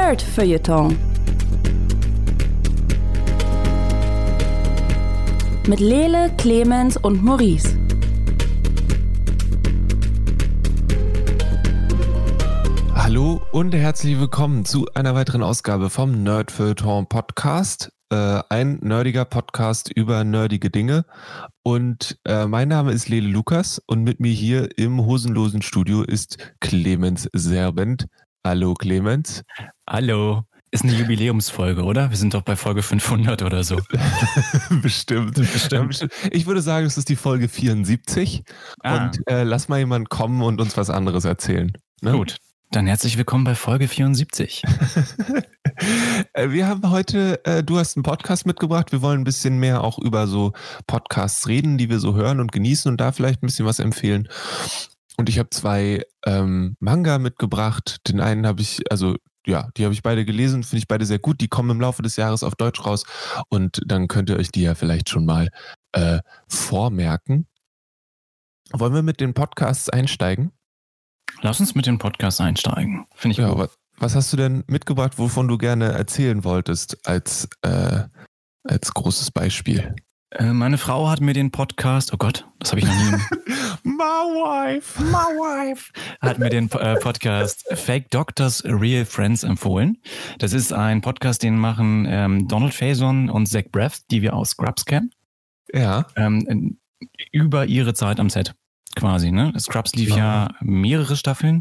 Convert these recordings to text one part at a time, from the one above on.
Nerd-Feuilleton mit Lele, Clemens und Maurice. Hallo und herzlich willkommen zu einer weiteren Ausgabe vom Nerd-Feuilleton Podcast. Ein nerdiger Podcast über nerdige Dinge. Und mein Name ist Lele Lukas und mit mir hier im hosenlosen Studio ist Clemens Serbent. Hallo Clemens. Hallo. Ist eine Jubiläumsfolge, oder? Wir sind doch bei Folge 500 oder so. Bestimmt. Ich würde sagen, es ist die Folge 74. Und lass mal jemanden kommen und uns was anderes erzählen. Ne? Gut. Dann herzlich willkommen bei Folge 74. Wir haben heute, du hast einen Podcast mitgebracht. Wir wollen ein bisschen mehr auch über so Podcasts reden, die wir so hören und genießen und da vielleicht ein bisschen was empfehlen. Und ich habe zwei Manga mitgebracht. Den einen habe ich, die habe ich beide gelesen, finde ich beide sehr gut. Die kommen im Laufe des Jahres auf Deutsch raus und dann könnt ihr euch die ja vielleicht schon mal vormerken. Wollen wir mit den Podcasts einsteigen? Lass uns mit dem Podcast einsteigen. Finde ich gut. Was hast du denn mitgebracht, wovon du gerne erzählen wolltest als großes Beispiel? Meine Frau hat mir den Podcast, oh Gott, das habe ich noch nie. My wife. Hat mir den Podcast Fake Doctors, Real Friends empfohlen. Das ist ein Podcast, den machen Donald Faison und Zach Braff, die wir aus Scrubs kennen. Ja. Über ihre Zeit am Set. Quasi, ne? Scrubs lief ja mehrere Staffeln.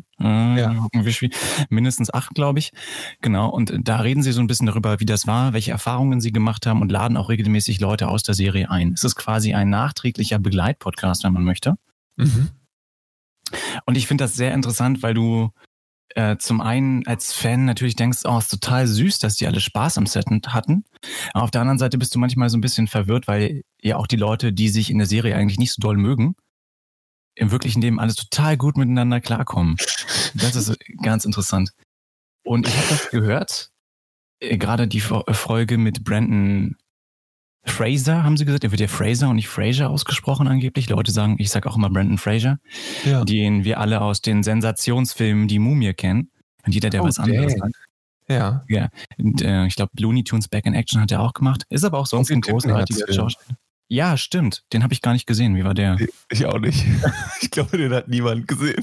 Mindestens 8, glaube ich. Genau. Und da reden sie so ein bisschen darüber, wie das war, welche Erfahrungen sie gemacht haben und laden auch regelmäßig Leute aus der Serie ein. Es ist quasi ein nachträglicher Begleitpodcast, wenn man möchte. Mhm. Und ich finde das sehr interessant, weil du zum einen als Fan natürlich denkst, oh, ist total süß, dass die alle Spaß am Set hatten. Aber auf der anderen Seite bist du manchmal so ein bisschen verwirrt, weil ja auch die Leute, die sich in der Serie eigentlich nicht so doll mögen, im wirklichen Leben alles total gut miteinander klarkommen. Das ist ganz interessant. Und ich habe das gehört, gerade die Folge mit Brandon Fraser, haben sie gesagt. Er wird ja Fraser und nicht Fraser ausgesprochen angeblich. Leute sagen, ich sage auch immer Brandon Fraser, den wir alle aus den Sensationsfilmen Die Mumie kennen. Und jeder, der was anderes sagt. Ja. Und, ich glaube, Looney Tunes Back in Action hat er auch gemacht. Ist aber auch sonst ein großartiger Schauspieler. Ja, stimmt. Den habe ich gar nicht gesehen. Wie war der? Ich auch nicht. Ich glaube, den hat niemand gesehen.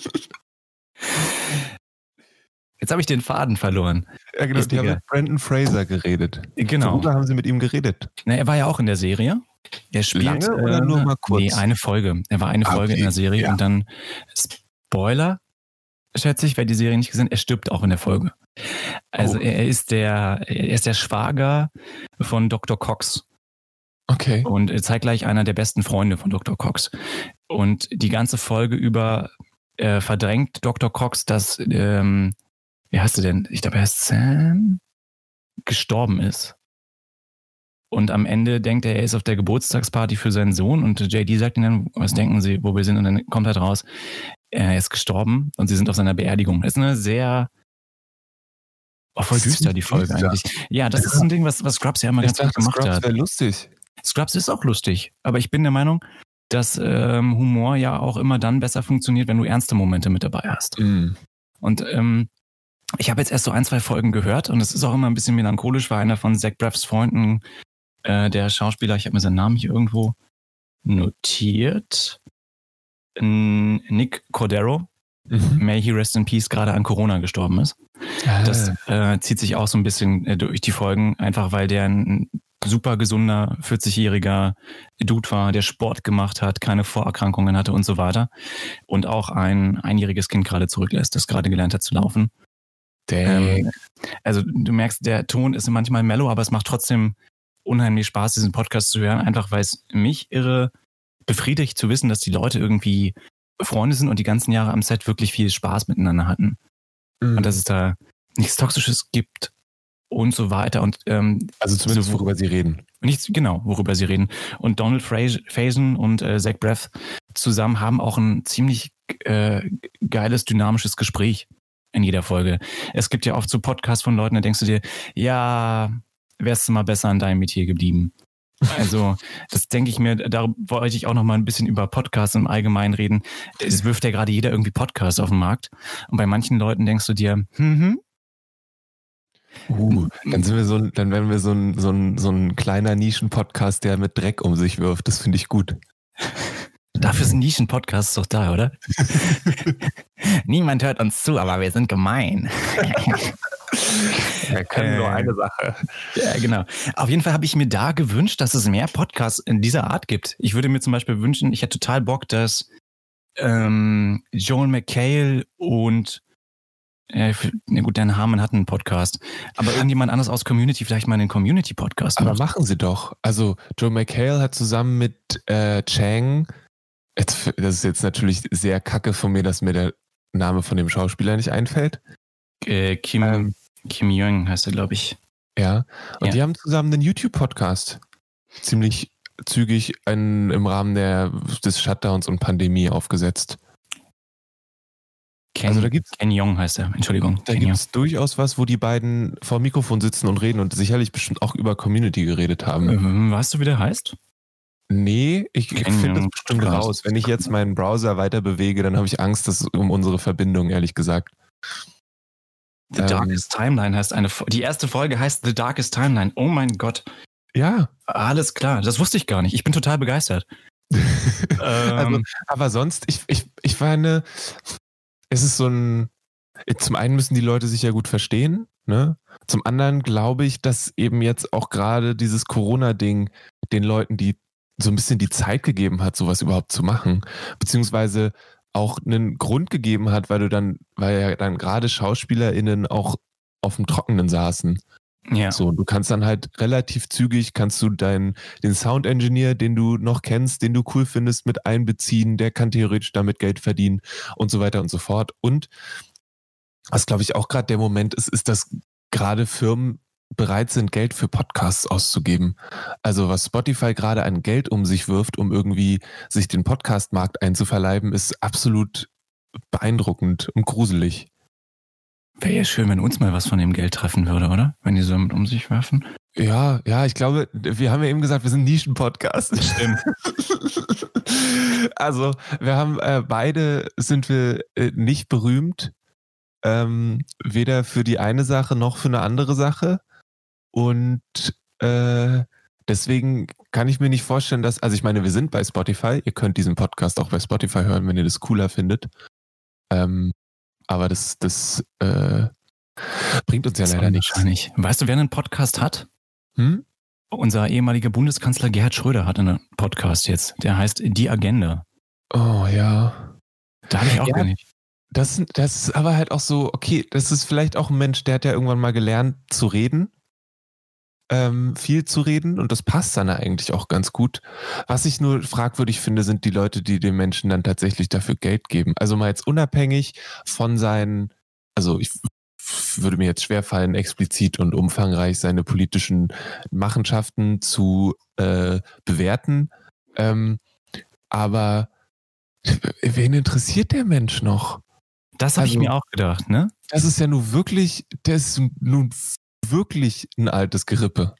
Jetzt habe ich den Faden verloren. Ja, genau. Die haben mit Brandon Fraser geredet. Genau. Worüber haben sie mit ihm geredet? Na, er war ja auch in der Serie. Er spielt lange oder nur mal kurz? Nee, eine Folge. Er war eine Folge in der Serie und dann Spoiler, schätze ich, wer die Serie nicht gesehen hat, er stirbt auch in der Folge. Also er ist der Schwager von Dr. Cox. Okay. Und zeitgleich einer der besten Freunde von Dr. Cox. Und die ganze Folge über verdrängt Dr. Cox, dass, wie heißt er denn? Ich glaube, er ist Sam, gestorben ist. Und am Ende denkt er ist auf der Geburtstagsparty für seinen Sohn und JD sagt ihnen dann, was denken Sie, wo wir sind? Und dann kommt halt raus, er ist gestorben und sie sind auf seiner Beerdigung. Das ist eine sehr voll düster, die Folge eigentlich. Ja, das ist so ein Ding, was Scrubs ja immer ganz gut gemacht hat. Scrubs wäre lustig. Scrubs ist auch lustig, aber ich bin der Meinung, dass Humor ja auch immer dann besser funktioniert, wenn du ernste Momente mit dabei hast. Mm. Und ich habe jetzt erst so 1-2 Folgen gehört und es ist auch immer ein bisschen melancholisch, weil einer von Zach Braffs Freunden, der Schauspieler, ich habe mir seinen Namen hier irgendwo notiert, Nick Cordero, May he rest in peace, gerade an Corona gestorben ist. Das zieht sich auch so ein bisschen durch die Folgen, einfach weil der ein super gesunder 40-jähriger Dude war, der Sport gemacht hat, keine Vorerkrankungen hatte und so weiter. Und auch ein einjähriges Kind gerade zurücklässt, das gerade gelernt hat zu laufen. Also du merkst, der Ton ist manchmal mellow, aber es macht trotzdem unheimlich Spaß, diesen Podcast zu hören, einfach weil es mich irre befriedigt zu wissen, dass die Leute irgendwie Freunde sind und die ganzen Jahre am Set wirklich viel Spaß miteinander hatten. Mhm. Und dass es da nichts Toxisches gibt und so weiter. Und also zumindest worüber sie reden. Worüber sie reden. Und Donald Faison und Zach Braff zusammen haben auch ein ziemlich geiles, dynamisches Gespräch in jeder Folge. Es gibt ja oft so Podcasts von Leuten, da denkst du dir, ja, wärst du mal besser an deinem Metier geblieben. Also das denke ich mir, da wollte ich auch noch mal ein bisschen über Podcasts im Allgemeinen reden. Es wirft ja gerade jeder irgendwie Podcasts auf den Markt. Und bei manchen Leuten denkst du dir, Dann werden wir so ein kleiner Nischen-Podcast, der mit Dreck um sich wirft. Das finde ich gut. Dafür sind Nischen-Podcasts doch da, oder? Niemand hört uns zu, aber wir sind gemein. Wir können nur eine Sache. Ja, genau. Auf jeden Fall habe ich mir da gewünscht, dass es mehr Podcasts in dieser Art gibt. Ich würde mir zum Beispiel wünschen, ich hätte total Bock, dass Joel McHale und Dan Harmon hatten einen Podcast, aber irgendjemand anderes aus Community vielleicht mal einen Community-Podcast Aber macht. machen sie doch. Also Joel McHale hat zusammen mit Chang, das ist jetzt natürlich sehr kacke von mir, dass mir der Name von dem Schauspieler nicht einfällt. Kim Young heißt er, glaube ich. Ja, und die haben zusammen einen YouTube-Podcast. Ziemlich zügig im Rahmen des Shutdowns und Pandemie aufgesetzt. Ken Jeong heißt er, Entschuldigung. Da gibt es durchaus was, wo die beiden vor dem Mikrofon sitzen und reden und sicherlich bestimmt auch über Community geredet haben. Weißt du, wie der heißt? Nee, ich finde das bestimmt raus. Wenn ich jetzt meinen Browser weiter bewege, dann habe ich Angst, dass um unsere Verbindung, ehrlich gesagt. The Darkest Timeline heißt die erste Folge heißt The Darkest Timeline. Oh mein Gott. Ja. Alles klar, das wusste ich gar nicht. Ich bin total begeistert. Aber sonst, ich meine, es ist so zum einen müssen die Leute sich ja gut verstehen, ne? Zum anderen glaube ich, dass eben jetzt auch gerade dieses Corona-Ding den Leuten so ein bisschen die Zeit gegeben hat, sowas überhaupt zu machen, beziehungsweise auch einen Grund gegeben hat, weil ja dann gerade SchauspielerInnen auch auf dem Trockenen saßen. Ja. So, du kannst dann halt relativ zügig, den Sound-Engineer, den du noch kennst, den du cool findest, mit einbeziehen, der kann theoretisch damit Geld verdienen und so weiter und so fort. Und was, glaube ich, auch gerade der Moment ist, dass gerade Firmen bereit sind, Geld für Podcasts auszugeben. Also was Spotify gerade an Geld um sich wirft, um irgendwie sich den Podcast-Markt einzuverleiben, ist absolut beeindruckend und gruselig. Wäre ja schön, wenn uns mal was von dem Geld treffen würde, oder? Wenn die so damit um sich werfen. Ja, ich glaube, wir haben ja eben gesagt, wir sind Nischen-Podcast. Stimmt. Also, wir haben sind wir nicht berühmt, weder für die eine Sache noch für eine andere Sache. Und deswegen kann ich mir nicht vorstellen, also ich meine, wir sind bei Spotify. Ihr könnt diesen Podcast auch bei Spotify hören, wenn ihr das cooler findet. Aber das bringt uns ja leider nichts. Weißt du, wer einen Podcast hat? Unser ehemaliger Bundeskanzler Gerhard Schröder hat einen Podcast jetzt. Der heißt Die Agenda. Oh ja. Da habe ich auch gar nicht. Das ist aber halt auch so, okay, das ist vielleicht auch ein Mensch, der hat ja irgendwann mal gelernt zu reden. Viel zu reden und das passt dann eigentlich auch ganz gut. Was ich nur fragwürdig finde, sind die Leute, die den Menschen dann tatsächlich dafür Geld geben. Also mal jetzt unabhängig von also ich würde mir jetzt schwerfallen, explizit und umfangreich seine politischen Machenschaften zu bewerten. Aber wen interessiert der Mensch noch? Das habe ich mir auch gedacht, ne? Das ist ja nun wirklich, wirklich ein altes Gerippe.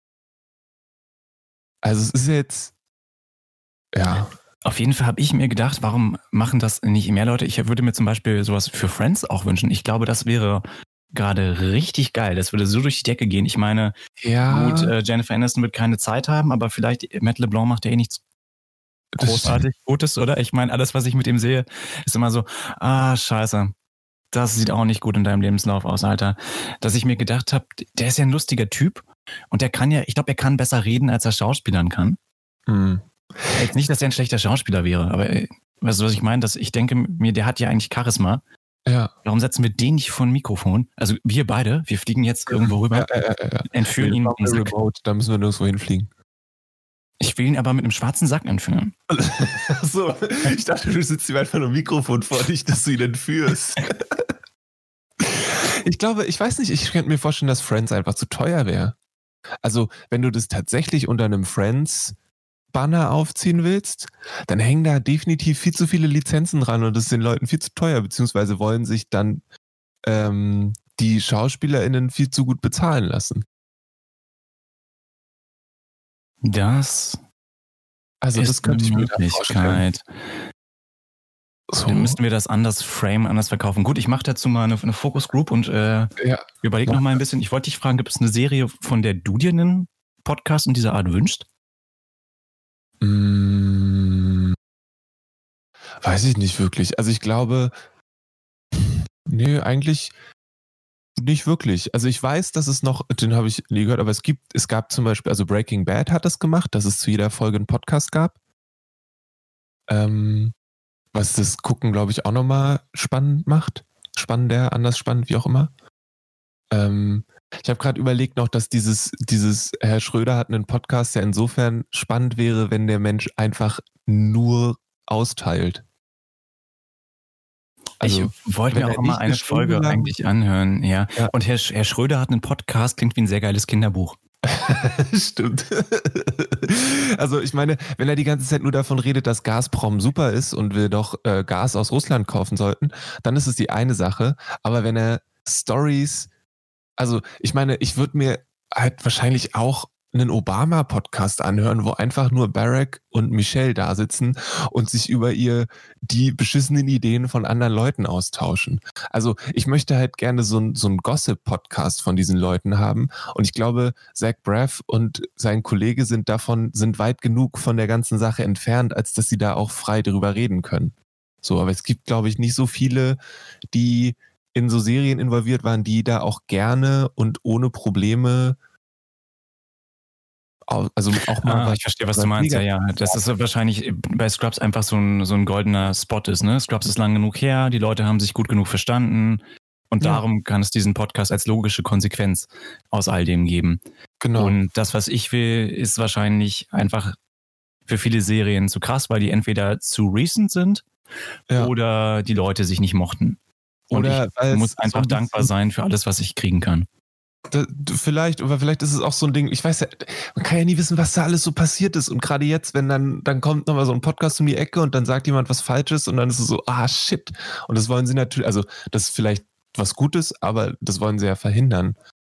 Also es ist jetzt, ja. Auf jeden Fall habe ich mir gedacht, warum machen das nicht mehr Leute? Ich würde mir zum Beispiel sowas für Friends auch wünschen. Ich glaube, das wäre gerade richtig geil. Das würde so durch die Decke gehen. Ich meine, gut, Jennifer Aniston wird keine Zeit haben, aber vielleicht Matt LeBlanc macht ja eh nichts großartig Gutes, oder? Ich meine, alles, was ich mit ihm sehe, ist immer so, scheiße. Das sieht auch nicht gut in deinem Lebenslauf aus, Alter. Dass ich mir gedacht habe, der ist ja ein lustiger Typ und der kann ja, ich glaube, er kann besser reden, als er schauspielern kann. Jetzt nicht, dass er ein schlechter Schauspieler wäre, aber weißt du, was ich meine? Ich denke mir, der hat ja eigentlich Charisma. Ja. Warum setzen wir den nicht vor ein Mikrofon? Also wir beide, wir fliegen jetzt irgendwo rüber, entführen ihn. Remote, da müssen wir nirgendwo hinfliegen. Ich will ihn aber mit einem schwarzen Sack entführen. So, ich dachte, du sitzt ihm einfach nur ein Mikrofon vor dich, dass du ihn entführst. Ich weiß nicht, ich könnte mir vorstellen, dass Friends einfach zu teuer wäre. Also, wenn du das tatsächlich unter einem Friends-Banner aufziehen willst, dann hängen da definitiv viel zu viele Lizenzen dran und das ist den Leuten viel zu teuer, beziehungsweise wollen sich dann die SchauspielerInnen viel zu gut bezahlen lassen. Das könnte ich mir vorstellen. So. Dann müssten wir das anders framen, anders verkaufen. Gut, ich mache dazu mal eine Focus Group und überlege noch mal ein bisschen. Ich wollte dich fragen, gibt es eine Serie, von der du dir einen Podcast in dieser Art wünschst? Weiß ich nicht wirklich. Also ich glaube, nee, eigentlich nicht wirklich. Also ich weiß, dass es noch, den habe ich nie gehört, aber es gab zum Beispiel, also Breaking Bad hat das gemacht, dass es zu jeder Folge einen Podcast gab. Was das Gucken, glaube ich, auch nochmal spannend macht. Spannender, anders spannend, wie auch immer. Ich habe gerade überlegt noch, dass dieses Herr Schröder hat einen Podcast, der insofern spannend wäre, wenn der Mensch einfach nur austeilt. Also, ich wollte mir auch mal eine Folge eigentlich anhören, ja. Und Herr Schröder hat einen Podcast, klingt wie ein sehr geiles Kinderbuch. Stimmt. Also ich meine, wenn er die ganze Zeit nur davon redet, dass Gazprom super ist und wir doch Gas aus Russland kaufen sollten, dann ist es die eine Sache. Aber wenn er Stories, also ich meine, ich würde mir halt wahrscheinlich auch einen Obama-Podcast anhören, wo einfach nur Barack und Michelle da sitzen und sich über die beschissenen Ideen von anderen Leuten austauschen. Also ich möchte halt gerne so ein Gossip-Podcast von diesen Leuten haben und ich glaube, Zach Braff und sein Kollege sind weit genug von der ganzen Sache entfernt, als dass sie da auch frei drüber reden können. So, aber es gibt, glaube ich, nicht so viele, die in so Serien involviert waren, die da auch gerne und ohne Probleme auch mal. Ich verstehe, was du meinst. Ja. Das ist wahrscheinlich bei Scrubs einfach so ein goldener Spot ist, ne? Scrubs ist lang genug her, die Leute haben sich gut genug verstanden und darum kann es diesen Podcast als logische Konsequenz aus all dem geben. Genau. Und das, was ich will, ist wahrscheinlich einfach für viele Serien zu krass, weil die entweder zu recent sind oder die Leute sich nicht mochten. Und ich muss einfach dankbar sein für alles, was ich kriegen kann. Vielleicht ist es auch so ein Ding, ich weiß ja, man kann ja nie wissen, was da alles so passiert ist und gerade jetzt, wenn dann kommt nochmal so ein Podcast um die Ecke und dann sagt jemand was Falsches und dann ist es so, shit. Und das wollen sie natürlich, also das ist vielleicht was Gutes, aber das wollen sie ja verhindern.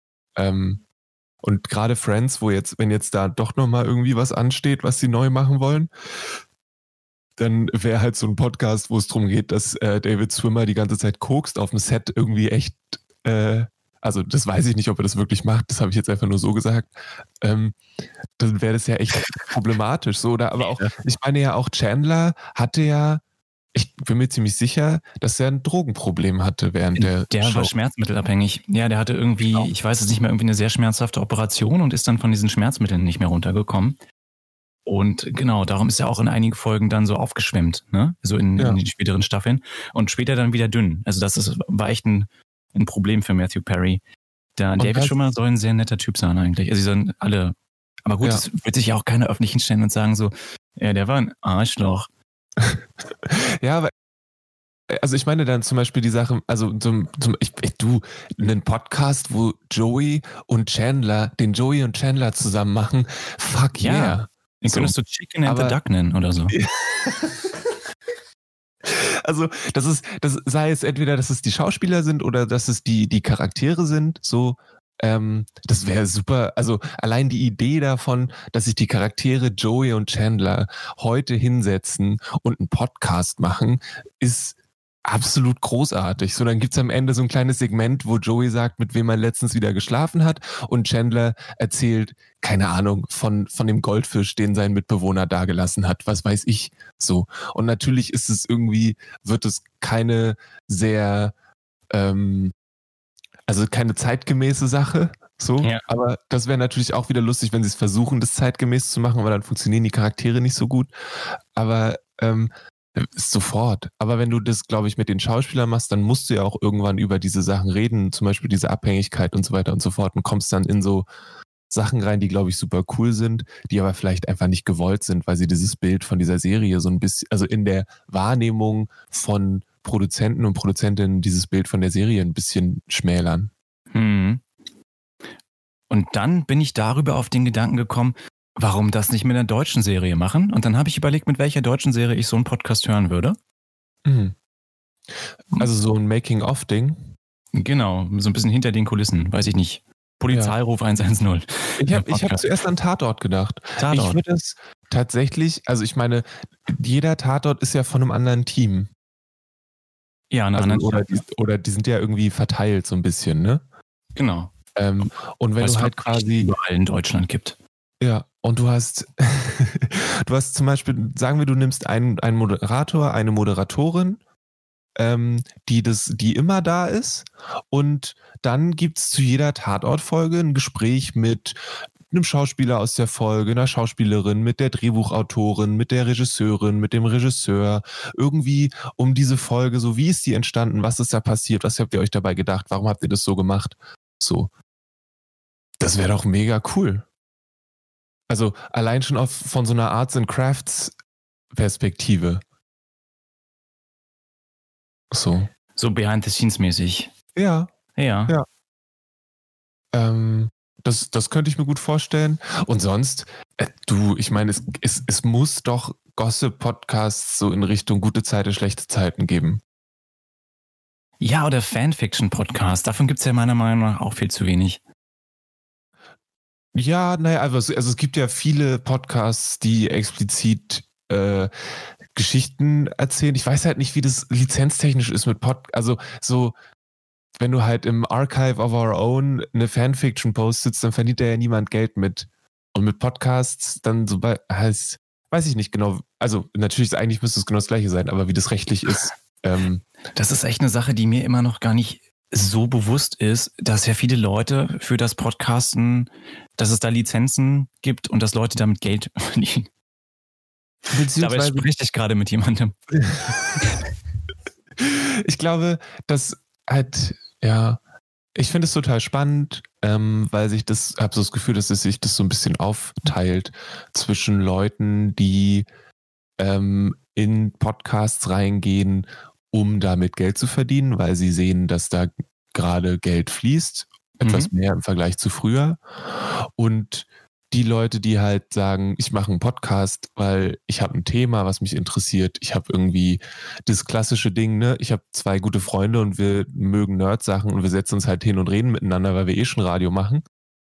Und gerade Friends, wenn jetzt da doch nochmal irgendwie was ansteht, was sie neu machen wollen, dann wäre halt so ein Podcast, wo es darum geht, dass David Swimmer die ganze Zeit kokst auf dem Set irgendwie echt also das weiß ich nicht, ob er das wirklich macht, das habe ich jetzt einfach nur so gesagt, dann wäre das ja echt problematisch. So, oder? Aber auch, ich meine ja auch Chandler hatte ja, ich bin mir ziemlich sicher, dass er ein Drogenproblem hatte während der Show. War schmerzmittelabhängig. Ja, der hatte irgendwie, ich weiß es nicht mehr, irgendwie eine sehr schmerzhafte Operation und ist dann von diesen Schmerzmitteln nicht mehr runtergekommen. Und genau, darum ist er auch in einigen Folgen dann so aufgeschwemmt, ne? So in den späteren Staffeln. Und später dann wieder dünn. Also war echt ein Problem für Matthew Perry. David Schwimmer soll ein sehr netter Typ sein eigentlich. Also sie sollen alle, aber gut, es wird sich ja auch keiner öffentlich hinstellen und sagen so, ja, der war ein Arschloch. Ja, aber also ich meine dann zum Beispiel die Sache, also einen Podcast, wo Joey und Chandler zusammen machen, fuck yeah. Den könntest du Chicken and the Duck nennen oder so. Also das sei es entweder, dass es die Schauspieler sind oder dass es die Charaktere sind, so, das wäre super, also allein die Idee davon, dass sich die Charaktere Joey und Chandler heute hinsetzen und einen Podcast machen, ist absolut großartig. So, dann gibt's am Ende so ein kleines Segment, wo Joey sagt, mit wem er letztens wieder geschlafen hat und Chandler erzählt, keine Ahnung, von dem Goldfisch, den sein Mitbewohner dagelassen hat, was weiß ich, so. Und natürlich wird es keine sehr, also keine zeitgemäße Sache, so, aber das wäre natürlich auch wieder lustig, wenn sie es versuchen, das zeitgemäß zu machen, aber dann funktionieren die Charaktere nicht so gut, aber sofort. Aber wenn du das, glaube ich, mit den Schauspielern machst, dann musst du ja auch irgendwann über diese Sachen reden, zum Beispiel diese Abhängigkeit und so weiter und so fort und kommst dann in so Sachen rein, die, glaube ich, super cool sind, die aber vielleicht einfach nicht gewollt sind, weil sie dieses Bild von dieser Serie so ein bisschen, also in der Wahrnehmung von Produzenten und Produzentinnen dieses Bild von der Serie ein bisschen schmälern. Und dann bin ich darüber auf den Gedanken gekommen, warum das nicht mit einer deutschen Serie machen? Und dann habe ich überlegt, mit welcher deutschen Serie ich so einen Podcast hören würde. Also so ein Making-of-Ding? Genau, so ein bisschen hinter den Kulissen, weiß ich nicht. Polizeiruf 110. Ich hab zuerst an Tatort gedacht. Ich würde es tatsächlich, also ich meine, jeder Tatort ist ja von einem anderen Team. Ja, eine Also, andere oder die sind ja irgendwie verteilt so ein bisschen, ne? Genau. Und wenn Weil du es halt quasi überall in Deutschland gibt. ja, und du hast zum Beispiel, sagen wir, du nimmst einen Moderator, eine Moderatorin, die immer da ist, und dann gibt's zu jeder Tatortfolge ein Gespräch mit einem Schauspieler aus der Folge, einer Schauspielerin, mit der Drehbuchautorin, mit der Regisseurin, mit dem Regisseur, irgendwie um diese Folge, so wie ist die entstanden, was ist da passiert, was habt ihr euch dabei gedacht, warum habt ihr das so gemacht? So. Das wäre doch mega cool. Also allein schon von so einer Arts and Crafts Perspektive. So. So behind-the-scenes-mäßig. Ja. Ja. Das könnte ich mir gut vorstellen. Und sonst, ich meine, es muss doch Gossip-Podcasts so in Richtung gute Zeiten, schlechte Zeiten geben. Ja, oder Fanfiction-Podcasts. Davon gibt es ja meiner Meinung nach auch viel zu wenig. Ja, naja, also es gibt ja viele Podcasts, die explizit Geschichten erzählen. Ich weiß halt nicht, wie das lizenztechnisch ist mit also so, wenn du halt im Archive of Our Own eine Fanfiction postest, dann verdient da ja niemand Geld mit. Und mit Podcasts dann so weiß ich nicht genau. Also natürlich, eigentlich müsste es genau das Gleiche sein, aber wie das rechtlich ist. Das ist echt eine Sache, die mir immer noch gar nicht so bewusst ist, dass ja viele Leute für das Podcasten, dass es da Lizenzen gibt und dass Leute damit Geld verdienen. Dabei spreche ich gerade mit jemandem. Ich glaube, dass halt, ja, ich finde es total spannend, weil habe so das Gefühl, dass es sich das so ein bisschen aufteilt zwischen Leuten, die in Podcasts reingehen, um damit Geld zu verdienen, weil sie sehen, dass da gerade Geld fließt, etwas mehr im Vergleich zu früher. Und die Leute, die halt sagen, ich mache einen Podcast, weil ich habe ein Thema, was mich interessiert. Ich habe irgendwie das klassische Ding, ne? Ich habe 2 gute Freunde und wir mögen Nerd-Sachen und wir setzen uns halt hin und reden miteinander, weil wir schon Radio machen.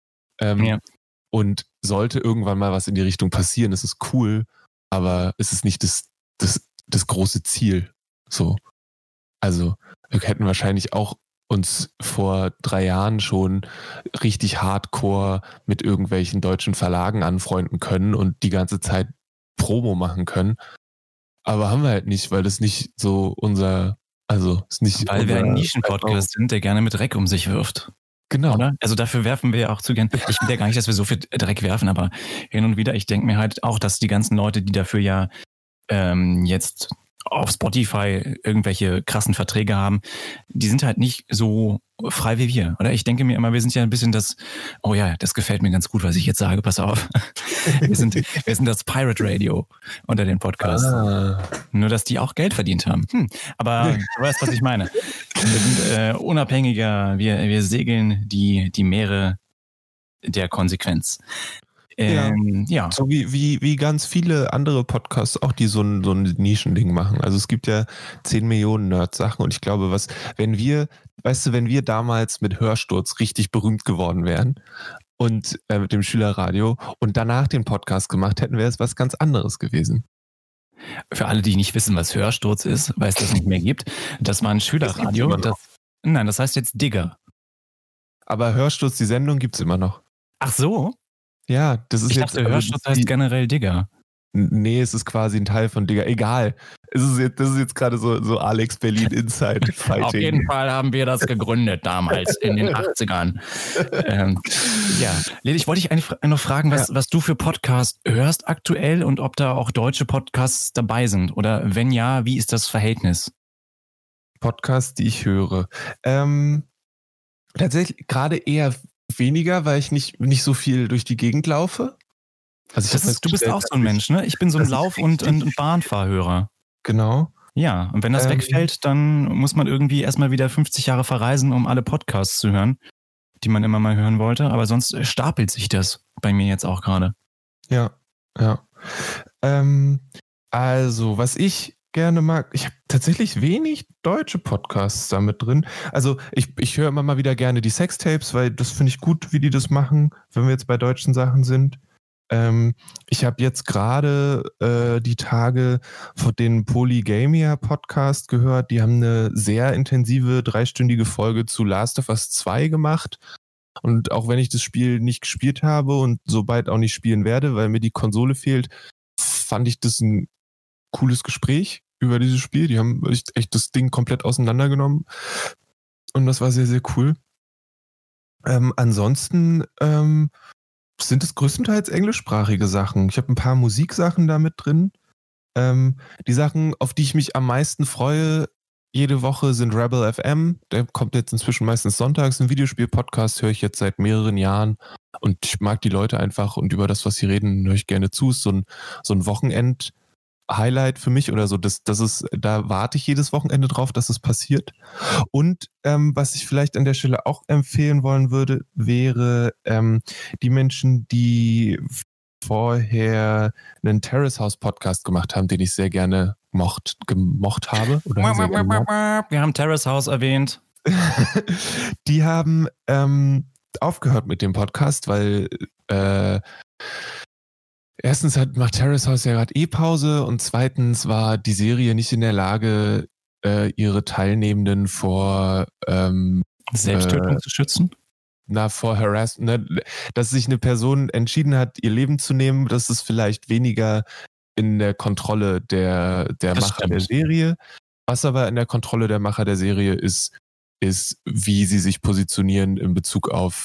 Und sollte irgendwann mal was in die Richtung passieren, ist es cool, aber es ist nicht das große Ziel. So. Also, wir hätten wahrscheinlich auch uns vor 3 Jahren schon richtig hardcore mit irgendwelchen deutschen Verlagen anfreunden können und die ganze Zeit Promo machen können. Aber haben wir halt nicht, weil das nicht so ist nicht. Weil wir ein Nischen-Podcast sind, der gerne mit Dreck um sich wirft. Genau. Oder? Also dafür werfen wir ja auch zu gern. Ich will ja gar nicht, dass wir so viel Dreck werfen, aber hin und wieder, ich denke mir halt auch, dass die ganzen Leute, die dafür ja jetzt auf Spotify irgendwelche krassen Verträge haben, die sind halt nicht so frei wie wir, oder? Ich denke mir immer, wir sind ja ein bisschen das gefällt mir ganz gut, was ich jetzt sage, pass auf. Wir sind das Pirate Radio unter den Podcasts. Nur, dass die auch Geld verdient haben. Aber du weißt, was ich meine. Wir sind unabhängiger, wir segeln die Meere der Konsequenz. Ja. So wie ganz viele andere Podcasts auch, die so ein Nischending machen. Also es gibt ja 10 Millionen Nerd-Sachen und ich glaube, wenn wir damals mit Hörsturz richtig berühmt geworden wären und mit dem Schülerradio und danach den Podcast gemacht hätten, wäre es was ganz anderes gewesen. Für alle, die nicht wissen, was Hörsturz ist, weil es das nicht mehr gibt, das war ein Schülerradio. Das heißt jetzt Digger. Aber Hörsturz, die Sendung, gibt es immer noch. Ach so? Ja, das ist ich dachte, Hörsturz heißt generell Digger. Nee, es ist quasi ein Teil von Digger. Egal. Das ist jetzt gerade so Alex Berlin Inside Fighting. Auf jeden Fall haben wir das gegründet damals in den 80ern. Lili, ich wollte dich eigentlich noch fragen, was du für Podcasts hörst aktuell und ob da auch deutsche Podcasts dabei sind. Oder wenn ja, wie ist das Verhältnis? Podcasts, die ich höre. Tatsächlich gerade eher weniger, weil ich nicht so viel durch die Gegend laufe. Also du bist auch so ein Mensch, ne? Ich bin so ein Lauf- und Bahnfahrhörer. Genau. Ja, und wenn das wegfällt, dann muss man irgendwie erstmal wieder 50 Jahre verreisen, um alle Podcasts zu hören, die man immer mal hören wollte. Aber sonst stapelt sich das bei mir jetzt auch gerade. Ja. Also, was ich gerne mag, ich habe tatsächlich wenig deutsche Podcasts da mit drin. Also ich höre immer mal wieder gerne die Sextapes, weil das finde ich gut, wie die das machen, wenn wir jetzt bei deutschen Sachen sind. Ich habe jetzt gerade die Tage von den Polygamia-Podcast gehört. Die haben eine sehr intensive 3-stündige Folge zu Last of Us 2 gemacht. Und auch wenn ich das Spiel nicht gespielt habe und so bald auch nicht spielen werde, weil mir die Konsole fehlt, fand ich das ein cooles Gespräch über dieses Spiel. Die haben echt das Ding komplett auseinandergenommen. Und das war sehr, sehr cool. Ansonsten sind es größtenteils englischsprachige Sachen. Ich habe ein paar Musiksachen da mit drin. Die Sachen, auf die ich mich am meisten freue, jede Woche sind Rebel FM. Der kommt jetzt inzwischen meistens sonntags. Ein Videospiel-Podcast höre ich jetzt seit mehreren Jahren. Und ich mag die Leute einfach und über das, was sie reden, höre ich gerne zu. Ist so ein Wochenend-Highlight für mich oder so. Da warte ich jedes Wochenende drauf, dass es passiert. Und was ich vielleicht an der Stelle auch empfehlen wollen würde, wäre die Menschen, die vorher einen Terrace House Podcast gemacht haben, den ich sehr gerne gemocht habe. Oder sehr gerne mag. Wir haben Terrace House erwähnt. Die haben aufgehört mit dem Podcast, weil erstens macht Terrace House ja gerade Pause und zweitens war die Serie nicht in der Lage, ihre Teilnehmenden vor Selbsttötung zu schützen? Vor Harassment, dass sich eine Person entschieden hat, ihr Leben zu nehmen, das ist vielleicht weniger in der Kontrolle der Macher der Serie. Was aber in der Kontrolle der Macher der Serie ist, wie sie sich positionieren in Bezug auf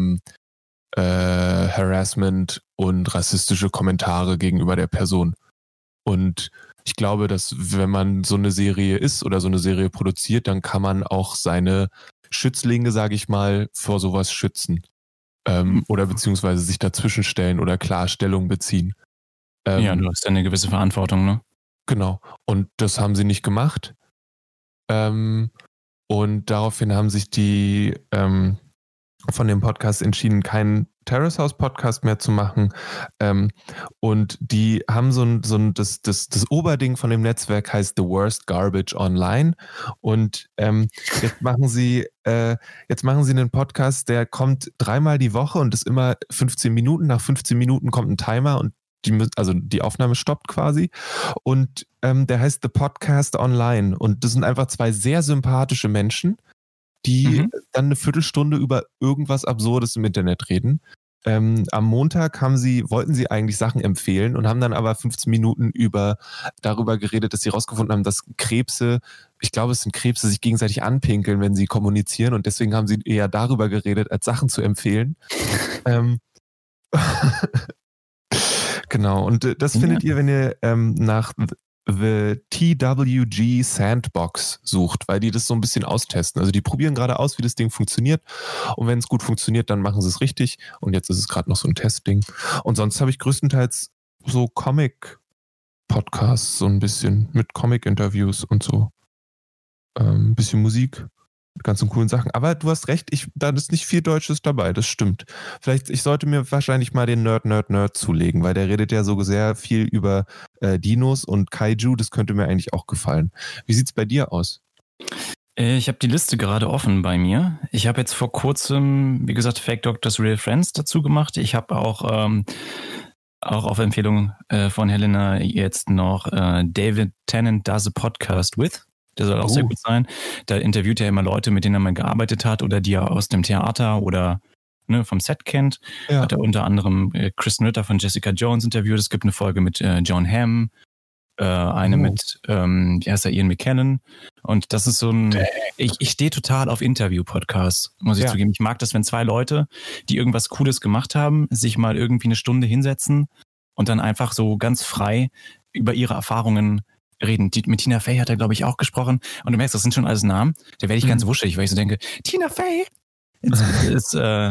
Harassment und rassistische Kommentare gegenüber der Person. Und ich glaube, dass wenn man so eine Serie ist oder so eine Serie produziert, dann kann man auch seine Schützlinge, sage ich mal, vor sowas schützen. Oder beziehungsweise sich dazwischen stellen oder Klarstellung beziehen. Ja, du hast ja eine gewisse Verantwortung, ne? Genau. Und das haben sie nicht gemacht. Und daraufhin haben sich die von dem Podcast entschieden, keinen Terrace House Podcast mehr zu machen. Und die haben das Oberding von dem Netzwerk heißt The Worst Garbage Online. Und jetzt machen sie einen Podcast, der kommt 3-mal die Woche und ist immer 15 Minuten. Nach 15 Minuten kommt ein Timer und die Aufnahme stoppt quasi. Und der heißt The Podcast Online. Und das sind einfach 2 sehr sympathische Menschen, die dann eine Viertelstunde über irgendwas Absurdes im Internet reden. Am Montag wollten sie eigentlich Sachen empfehlen und haben dann aber 15 Minuten darüber geredet, dass sie rausgefunden haben, dass Krebse, ich glaube, es sind Krebse, sich gegenseitig anpinkeln, wenn sie kommunizieren, und deswegen haben sie eher darüber geredet, als Sachen zu empfehlen. Genau, und das findet ihr, wenn ihr nach The TWG Sandbox sucht, weil die das so ein bisschen austesten. Also die probieren gerade aus, wie das Ding funktioniert, und wenn es gut funktioniert, dann machen sie es richtig, und jetzt ist es gerade noch so ein Testding. Und sonst habe ich größtenteils so Comic-Podcasts, so ein bisschen mit Comic-Interviews und so. Ein bisschen Musik, mit ganzen coolen Sachen. Aber du hast recht, da ist nicht viel Deutsches dabei, das stimmt. Ich sollte mir wahrscheinlich mal den Nerd zulegen, weil der redet ja so sehr viel über Dinos und Kaiju, das könnte mir eigentlich auch gefallen. Wie sieht's bei dir aus? Ich habe die Liste gerade offen bei mir. Ich habe jetzt vor kurzem, wie gesagt, Fake Doctors, Real Friends dazu gemacht. Ich habe auch auf Empfehlung von Helena jetzt noch David Tennant Does a Podcast With. Der soll auch sehr gut sein. Da interviewt er immer Leute, mit denen er mal gearbeitet hat oder die er aus dem Theater oder vom Set kennt. Ja. Hat er unter anderem Kristen Ritter von Jessica Jones interviewt. Es gibt eine Folge mit John Hamm, eine mit, wie heißt er, Ian McKellen. Und das ist so ein, ich stehe total auf Interview-Podcasts, muss ich zugeben. Ich mag das, wenn 2 Leute, die irgendwas Cooles gemacht haben, sich mal irgendwie eine Stunde hinsetzen und dann einfach so ganz frei über ihre Erfahrungen reden. Mit Tina Fey hat er, glaube ich, auch gesprochen. Und du merkst, das sind schon alles Namen. Da werde ich ganz wuschig, weil ich so denke, Tina Fey ist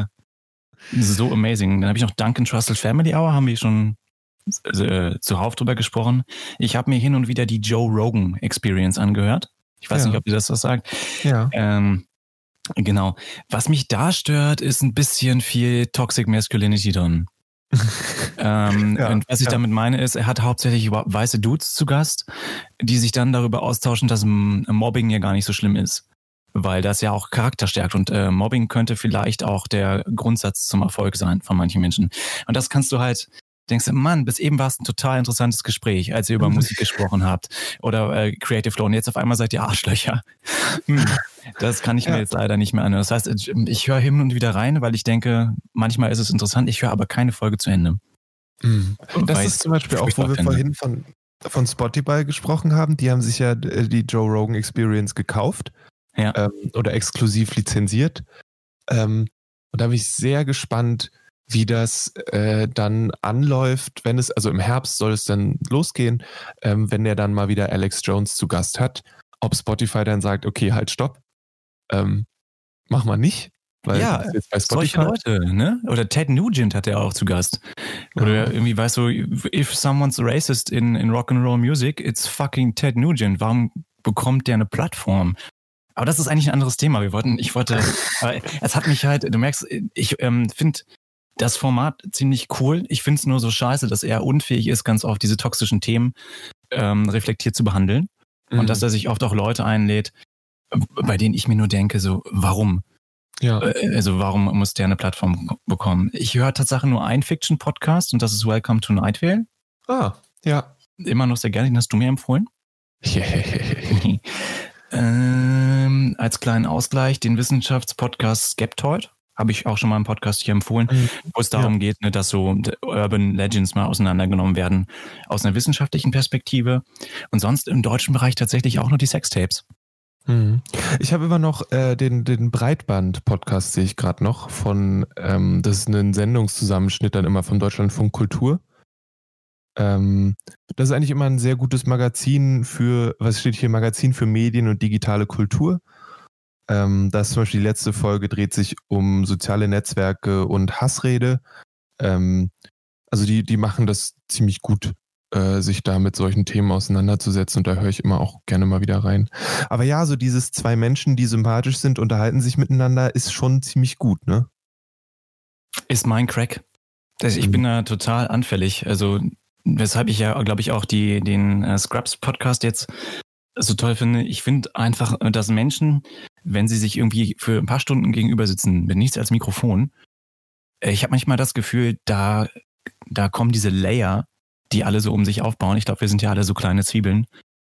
so amazing. Dann habe ich noch Duncan Trussell Family Hour, haben wir schon zuhauf drüber gesprochen. Ich habe mir hin und wieder die Joe Rogan Experience angehört. Ich weiß nicht, ob ihr das was sagt. Ja. Genau. Was mich da stört, ist ein bisschen viel Toxic Masculinity drin. Und was ich damit meine ist, er hat hauptsächlich weiße Dudes zu Gast, die sich dann darüber austauschen, dass Mobbing ja gar nicht so schlimm ist, weil das ja auch Charakter stärkt, und Mobbing könnte vielleicht auch der Grundsatz zum Erfolg sein von manchen Menschen. Und das kannst du halt, denkst du, Mann, bis eben war es ein total interessantes Gespräch, als ihr über Musik gesprochen habt oder Creative Flow und jetzt auf einmal seid ihr Arschlöcher. Das kann ich mir jetzt leider nicht mehr anhören. Das heißt, ich höre hin und wieder rein, weil ich denke, manchmal ist es interessant, ich höre aber keine Folge zu Ende. Das ist zum Beispiel auch, wo wir vorhin von Spotify gesprochen haben. Die haben sich ja die Joe Rogan Experience gekauft oder exklusiv lizenziert. Und da bin ich sehr gespannt, wie das dann anläuft, wenn es, also im Herbst soll es dann losgehen, wenn er dann mal wieder Alex Jones zu Gast hat. Ob Spotify dann sagt, okay, halt, stopp. Mach mal nicht. Weil jetzt bei Spotify. Solche Leute, ne? Oder Ted Nugent hat er auch zu Gast. Oder irgendwie, weißt du, if someone's racist in Rock'n'Roll Music, it's fucking Ted Nugent. Warum bekommt der eine Plattform? Aber das ist eigentlich ein anderes Thema. Es hat mich halt, du merkst, ich finde das Format ziemlich cool. Ich finde es nur so scheiße, dass er unfähig ist, ganz oft diese toxischen Themen reflektiert zu behandeln. Und dass er sich oft auch Leute einlädt, bei denen ich mir nur denke, so, warum? Ja. Also warum muss der eine Plattform bekommen? Ich höre tatsächlich nur einen Fiction-Podcast und das ist Welcome to Night Vale. Ah, ja. Immer noch sehr gerne, den hast du mir empfohlen. Als kleinen Ausgleich den Wissenschaftspodcast Skeptoid. Habe ich auch schon mal im Podcast hier empfohlen, wo es darum geht, ne, dass so Urban Legends mal auseinandergenommen werden aus einer wissenschaftlichen Perspektive. Und sonst im deutschen Bereich tatsächlich auch nur die Sextapes. Ich habe immer noch den Breitband-Podcast, sehe ich gerade noch, das ist ein Sendungszusammenschnitt dann immer von Deutschlandfunk Kultur. Das ist eigentlich immer ein sehr gutes Magazin was steht hier, Magazin für Medien und digitale Kultur. Das zum Beispiel die letzte Folge dreht sich um soziale Netzwerke und Hassrede. Also die machen das ziemlich gut, sich da mit solchen Themen auseinanderzusetzen und da höre ich immer auch gerne mal wieder rein. Aber ja, so dieses zwei Menschen, die sympathisch sind, unterhalten sich miteinander, ist schon ziemlich gut, ne? Ist mein Crack. Ich bin da total anfällig. Also weshalb ich ja, glaube ich, auch den Scrubs-Podcast jetzt so toll finde. Ich finde einfach, dass Menschen, wenn sie sich irgendwie für ein paar Stunden gegenüber sitzen, mit nichts als Mikrofon, ich habe manchmal das Gefühl, da kommen diese Layer, die alle so um sich aufbauen. Ich glaube, wir sind ja alle so kleine Zwiebeln.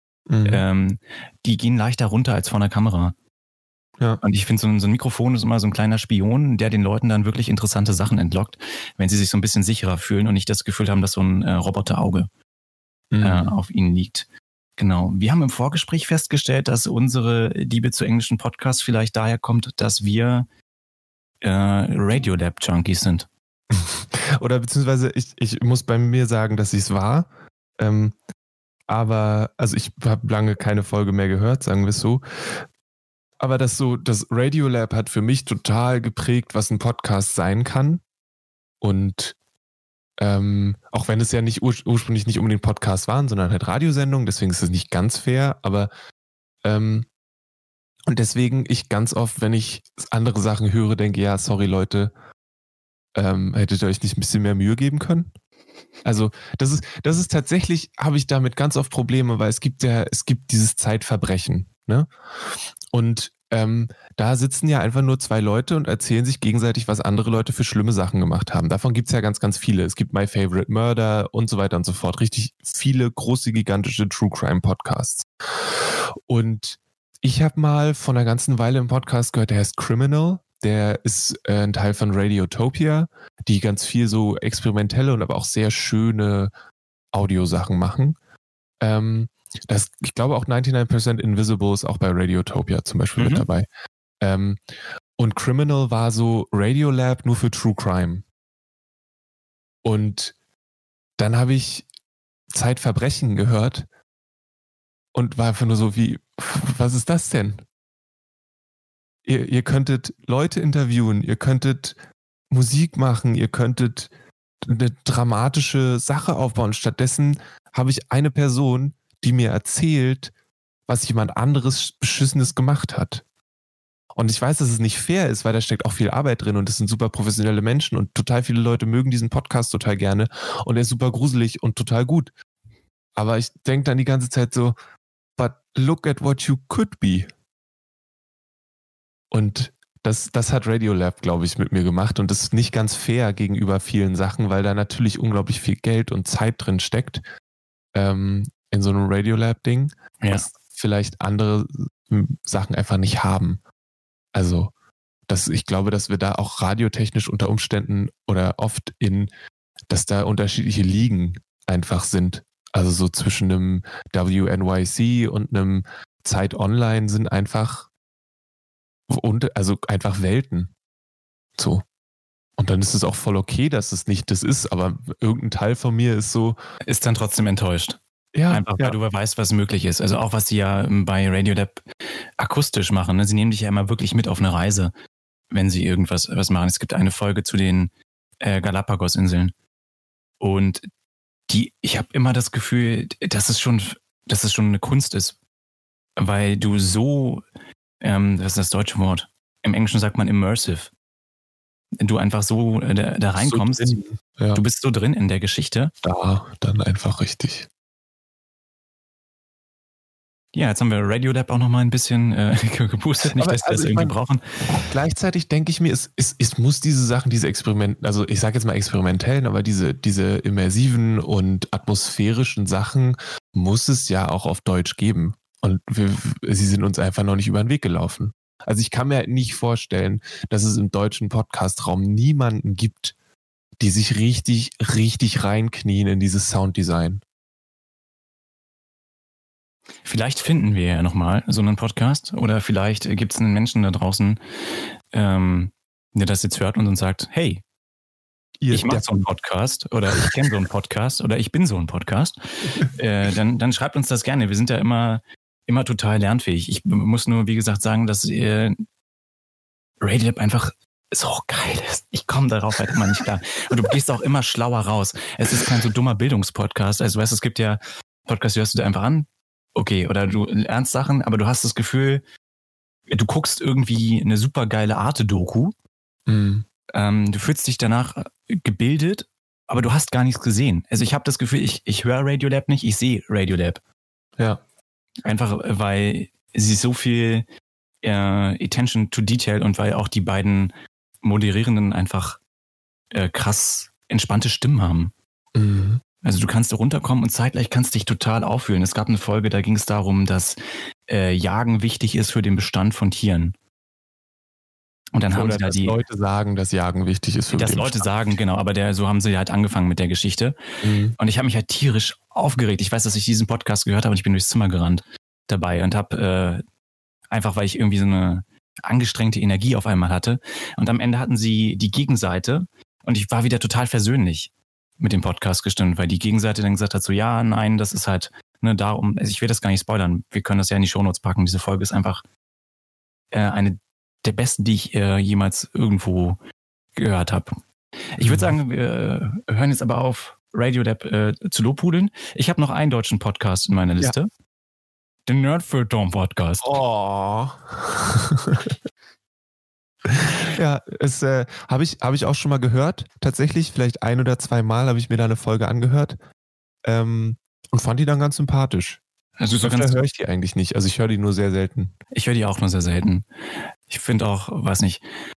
Die gehen leichter runter als vor einer Kamera. Ja. Und ich finde, so ein Mikrofon ist immer so ein kleiner Spion, der den Leuten dann wirklich interessante Sachen entlockt, wenn sie sich so ein bisschen sicherer fühlen und nicht das Gefühl haben, dass so ein Roboterauge auf ihnen liegt. Genau. Wir haben im Vorgespräch festgestellt, dass unsere Liebe zu englischen Podcasts vielleicht daher kommt, dass wir Radiolab-Junkies sind. Oder beziehungsweise ich muss bei mir sagen, dass ich es war. Aber, also ich habe lange keine Folge mehr gehört, sagen wir es so. Aber das Radiolab hat für mich total geprägt, was ein Podcast sein kann. Und auch wenn es ja nicht ursprünglich nicht unbedingt Podcasts waren, sondern halt Radiosendungen, deswegen ist es nicht ganz fair, aber und deswegen ich ganz oft, wenn ich andere Sachen höre, denke, ja, sorry Leute, hättet ihr euch nicht ein bisschen mehr Mühe geben können? Also das ist tatsächlich, habe ich damit ganz oft Probleme, weil es gibt dieses Zeitverbrechen, ne? Und da sitzen ja einfach nur zwei Leute und erzählen sich gegenseitig, was andere Leute für schlimme Sachen gemacht haben. Davon gibt es ja ganz, ganz viele. Es gibt My Favorite Murder und so weiter und so fort. Richtig viele große, gigantische True Crime Podcasts. Und ich habe mal vor einer ganzen Weile einen Podcast gehört, der heißt Criminal. Der ist ein Teil von Radiotopia, die ganz viel so experimentelle und aber auch sehr schöne Audiosachen machen. Ich glaube auch 99% Invisible ist auch bei Radiotopia zum Beispiel mit dabei. Und Criminal war so Radiolab nur für True Crime. Und dann habe ich Zeitverbrechen gehört und war einfach nur so wie, was ist das denn? Ihr könntet Leute interviewen, ihr könntet Musik machen, ihr könntet eine dramatische Sache aufbauen. Stattdessen habe ich eine Person, die mir erzählt, was jemand anderes Beschissenes gemacht hat. Und ich weiß, dass es nicht fair ist, weil da steckt auch viel Arbeit drin und das sind super professionelle Menschen und total viele Leute mögen diesen Podcast total gerne und er ist super gruselig und total gut. Aber ich denke dann die ganze Zeit so, but look at what you could be. Und Das hat Radiolab, glaube ich, mit mir gemacht und das ist nicht ganz fair gegenüber vielen Sachen, weil da natürlich unglaublich viel Geld und Zeit drin steckt in so einem Radiolab-Ding, was vielleicht andere Sachen einfach nicht haben. Also ich glaube, dass wir da auch radiotechnisch unter Umständen oder oft dass da unterschiedliche Ligen einfach sind. Also so zwischen einem WNYC und einem Zeit Online sind einfach einfach Welten. So. Und dann ist es auch voll okay, dass es nicht das ist, aber irgendein Teil von mir ist so. Ist dann trotzdem enttäuscht. Ja. Einfach, weil du weißt, was möglich ist. Also auch, was sie ja bei Radiolab akustisch machen. Ne? Sie nehmen dich ja immer wirklich mit auf eine Reise, wenn sie was machen. Es gibt eine Folge zu den Galapagos-Inseln. Und ich habe immer das Gefühl, dass es schon eine Kunst ist. Weil du so, was ist das deutsche Wort? Im Englischen sagt man immersive. Du einfach so da reinkommst. So ja. Du bist so drin in der Geschichte. Da, dann einfach richtig. Ja, jetzt haben wir Radiolab auch nochmal ein bisschen geboostet, nicht, dass wir das irgendwie brauchen. Gleichzeitig denke ich mir, es muss diese Sachen, diese Experimenten, also ich sage jetzt mal experimentellen, aber diese immersiven und atmosphärischen Sachen muss es ja auch auf Deutsch geben. Und sie sind uns einfach noch nicht über den Weg gelaufen. Also ich kann mir nicht vorstellen, dass es im deutschen Podcast-Raum niemanden gibt, die sich richtig, richtig reinknien in dieses Sounddesign. Vielleicht finden wir ja nochmal so einen Podcast oder vielleicht gibt es einen Menschen da draußen, der das jetzt hört und uns sagt, hey, ich mache so einen Podcast oder ich kenne so einen Podcast oder ich bin so ein Podcast. Dann schreibt uns das gerne. Wir sind ja immer total lernfähig. Ich muss nur, wie gesagt, sagen, dass Radiolab einfach so geil ist. Ich komme darauf halt immer nicht klar. Und du gehst auch immer schlauer raus. Es ist kein so dummer Bildungspodcast. Also weißt du, es gibt ja Podcasts, die hörst du dir einfach an. Okay, oder du lernst Sachen, aber du hast das Gefühl, du guckst irgendwie eine super geile Arte-Doku. Mhm. Du fühlst dich danach gebildet, aber du hast gar nichts gesehen. Also ich habe das Gefühl, ich höre Radiolab nicht, ich sehe Radiolab. Ja. Einfach, weil sie so viel Attention to Detail und weil auch die beiden Moderierenden einfach krass entspannte Stimmen haben. Mhm. Also du kannst da runterkommen und zeitgleich kannst dich total auffühlen. Es gab eine Folge, da ging es darum, dass Jagen wichtig ist für den Bestand von Tieren. Und dann haben sie da Leute sagen, dass Jagen wichtig ist für den Bestand. Dass Leute sagen, genau, aber so haben sie halt angefangen mit der Geschichte. Mhm. Und ich habe mich halt tierisch aufgeregt. Ich weiß, dass ich diesen Podcast gehört habe und ich bin durchs Zimmer gerannt dabei und habe einfach, weil ich irgendwie so eine angestrengte Energie auf einmal hatte. Und am Ende hatten sie die Gegenseite und ich war wieder total versöhnlich mit dem Podcast gestimmt, weil die Gegenseite dann gesagt hat, so ja, nein, das ist halt darum, also ich will das gar nicht spoilern, wir können das ja in die Shownotes packen, diese Folge ist einfach eine der besten, die ich jemals irgendwo gehört habe. Ich würde sagen, wir hören jetzt aber auf, Radiolab zu lobhudeln. Ich habe noch einen deutschen Podcast in meiner Liste. Ja. Den Nerdfeuilleton Podcast. Oh. Ja, es habe ich auch schon mal gehört. Tatsächlich, vielleicht 1 oder 2 Mal habe ich mir da eine Folge angehört und fand die dann ganz sympathisch. Also so höre ich die eigentlich nicht. Also ich höre die nur sehr selten. Ich höre die auch nur sehr selten. Ich finde auch, weiß nicht,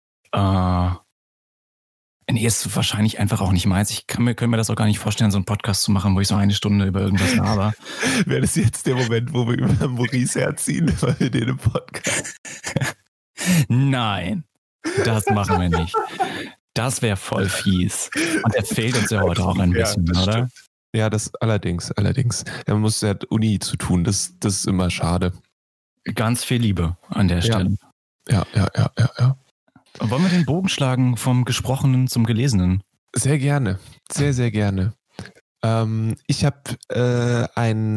ist wahrscheinlich einfach auch nicht meins. Ich kann mir das auch gar nicht vorstellen, so einen Podcast zu machen, wo ich so 1 Stunde über irgendwas laber. Wäre das jetzt der Moment, wo wir über Maurice herziehen, weil wir den im Podcast... Nein, das machen wir nicht. Das wäre voll fies. Und er fehlt uns ja heute auch ein bisschen, oder? Stimmt. Ja, das allerdings. Er muss ja Uni zu tun, das ist immer schade. Ganz viel Liebe an der Stelle. Ja. Wollen wir den Bogen schlagen vom Gesprochenen zum Gelesenen? Sehr gerne. Sehr, sehr gerne. Ich habe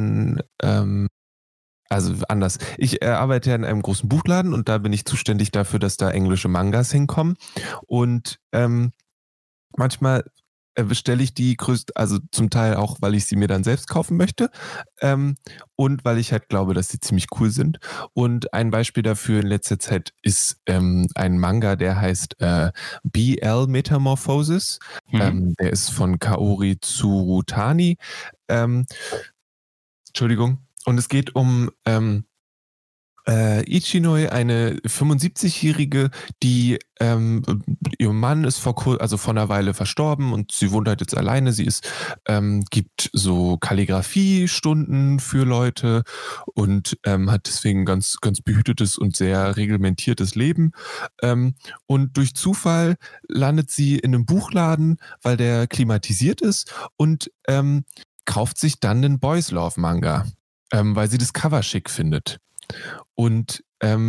also anders. Ich arbeite ja in einem großen Buchladen und da bin ich zuständig dafür, dass da englische Mangas hinkommen. Und manchmal bestelle ich die also zum Teil auch, weil ich sie mir dann selbst kaufen möchte und weil ich halt glaube, dass sie ziemlich cool sind. Und ein Beispiel dafür in letzter Zeit ist ein Manga, der heißt BL Metamorphosis. Der ist von Kaori Tsurutani. Entschuldigung. Und es geht um Ichinoi, eine 75-Jährige, die ihr Mann ist vor einer Weile verstorben und sie wohnt halt jetzt alleine. Sie gibt so Kalligrafiestunden für Leute und hat deswegen ganz, ganz behütetes und sehr reglementiertes Leben. Und durch Zufall landet sie in einem Buchladen, weil der klimatisiert ist und kauft sich dann den Boys Love Manga, weil sie das Cover schick findet. Und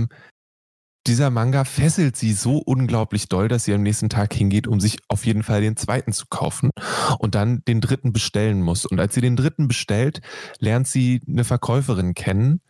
dieser Manga fesselt sie so unglaublich doll, dass sie am nächsten Tag hingeht, um sich auf jeden Fall den zweiten zu kaufen und dann den dritten bestellen muss. Und als sie den dritten bestellt, lernt sie eine Verkäuferin kennen,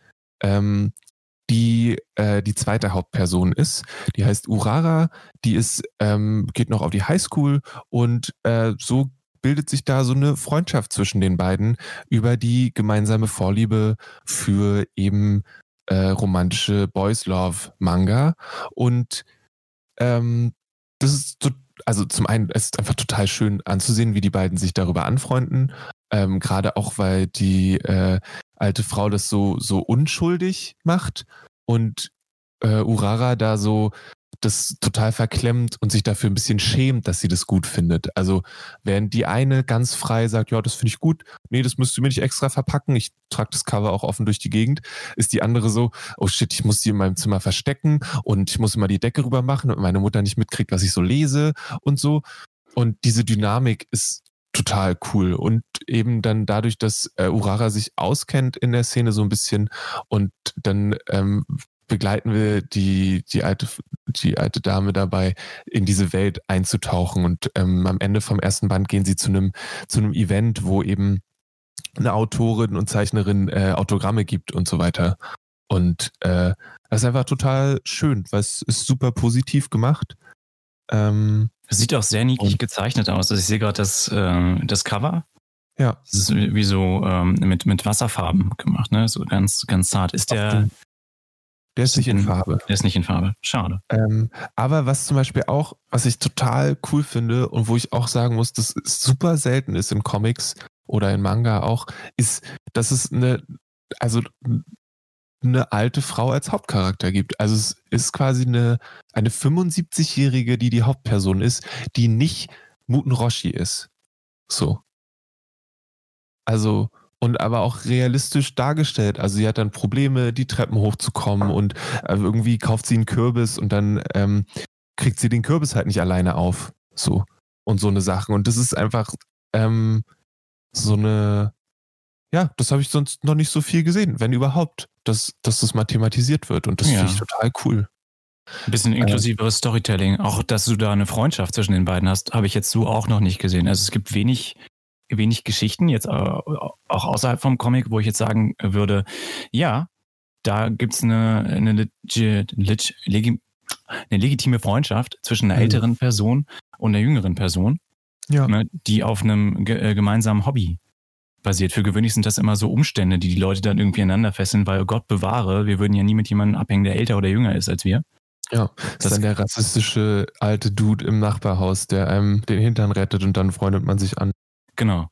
die die zweite Hauptperson ist. Die heißt Urara, die geht noch auf die Highschool und so bildet sich da so eine Freundschaft zwischen den beiden über die gemeinsame Vorliebe für eben romantische Boys Love Manga. Und das ist so, also zum einen, es ist einfach total schön anzusehen, wie die beiden sich darüber anfreunden. Gerade auch, weil die alte Frau das so unschuldig macht und Urara da so das total verklemmt und sich dafür ein bisschen schämt, dass sie das gut findet. Also während die eine ganz frei sagt, ja, das finde ich gut, nee, das müsst du mir nicht extra verpacken, ich trage das Cover auch offen durch die Gegend, ist die andere so, oh shit, ich muss die in meinem Zimmer verstecken und ich muss immer die Decke rüber machen, damit meine Mutter nicht mitkriegt, was ich so lese und so. Und diese Dynamik ist total cool und eben dann dadurch, dass Urara sich auskennt in der Szene so ein bisschen und dann begleiten wir die alte Dame dabei, in diese Welt einzutauchen. Und am Ende vom ersten Band gehen sie zu einem Event, wo eben eine Autorin und Zeichnerin Autogramme gibt und so weiter. Und das ist einfach total schön, weil es ist super positiv gemacht. Es sieht auch sehr niedlich gezeichnet aus. Also ich sehe gerade das Cover. Ja. Das ist wie so mit Wasserfarben gemacht, ne? So ganz, ganz zart. Der ist nicht in Farbe. Der ist nicht in Farbe. Schade. Aber was zum Beispiel auch, was ich total cool finde und wo ich auch sagen muss, dass es super selten ist in Comics oder in Manga auch, ist, dass es eine alte Frau als Hauptcharakter gibt. Also es ist quasi eine 75-Jährige, die Hauptperson ist, die nicht Muten Roshi ist. So. Also und aber auch realistisch dargestellt. Also sie hat dann Probleme, die Treppen hochzukommen und irgendwie kauft sie einen Kürbis und dann kriegt sie den Kürbis halt nicht alleine auf. So. Und so eine Sachen. Und das ist einfach so eine, ja, das habe ich sonst noch nicht so viel gesehen, wenn überhaupt, dass das mal thematisiert wird. Und das finde ich total cool. Ein bisschen inklusiveres Storytelling. Auch, dass du da eine Freundschaft zwischen den beiden hast, habe ich jetzt so auch noch nicht gesehen. Also es gibt wenig Geschichten, jetzt auch außerhalb vom Comic, wo ich jetzt sagen würde, ja, da gibt's eine legitime Freundschaft zwischen einer älteren Person und einer jüngeren Person, die auf einem gemeinsamen Hobby basiert. Für gewöhnlich sind das immer so Umstände, die Leute dann irgendwie aneinander fesseln, weil Gott bewahre, wir würden ja nie mit jemandem abhängen, der älter oder jünger ist als wir. Ja, das ist dann der rassistische alte Dude im Nachbarhaus, der einem den Hintern rettet und dann freundet man sich an. Genau.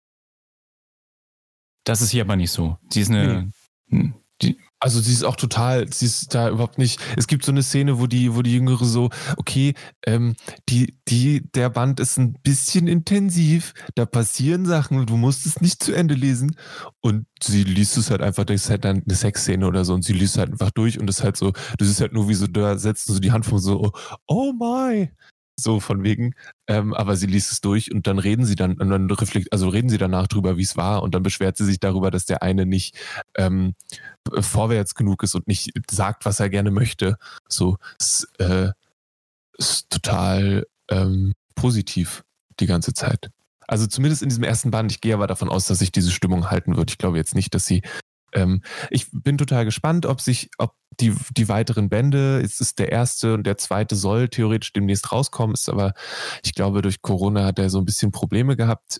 Das ist hier aber nicht so. Sie ist also sie ist auch total, sie ist da überhaupt nicht, es gibt so eine Szene, wo die Jüngere so, okay, der Band ist ein bisschen intensiv, da passieren Sachen, du musst es nicht zu Ende lesen und sie liest es halt einfach, das ist halt dann eine Sexszene oder so und sie liest halt einfach durch und das ist halt so, du siehst halt nur, wie so da setzt so die Hand vor so, oh my, so von wegen, aber sie liest es durch und dann reden sie danach drüber, wie es war und dann beschwert sie sich darüber, dass der eine nicht vorwärts genug ist und nicht sagt, was er gerne möchte. So, es ist total positiv die ganze Zeit. Also zumindest in diesem ersten Band. Ich gehe aber davon aus, dass sich diese Stimmung halten wird. Ich glaube jetzt nicht, dass sie ich bin total gespannt, ob die weiteren Bände, es ist der erste und der zweite soll theoretisch demnächst rauskommen, ist aber, ich glaube, durch Corona hat er so ein bisschen Probleme gehabt.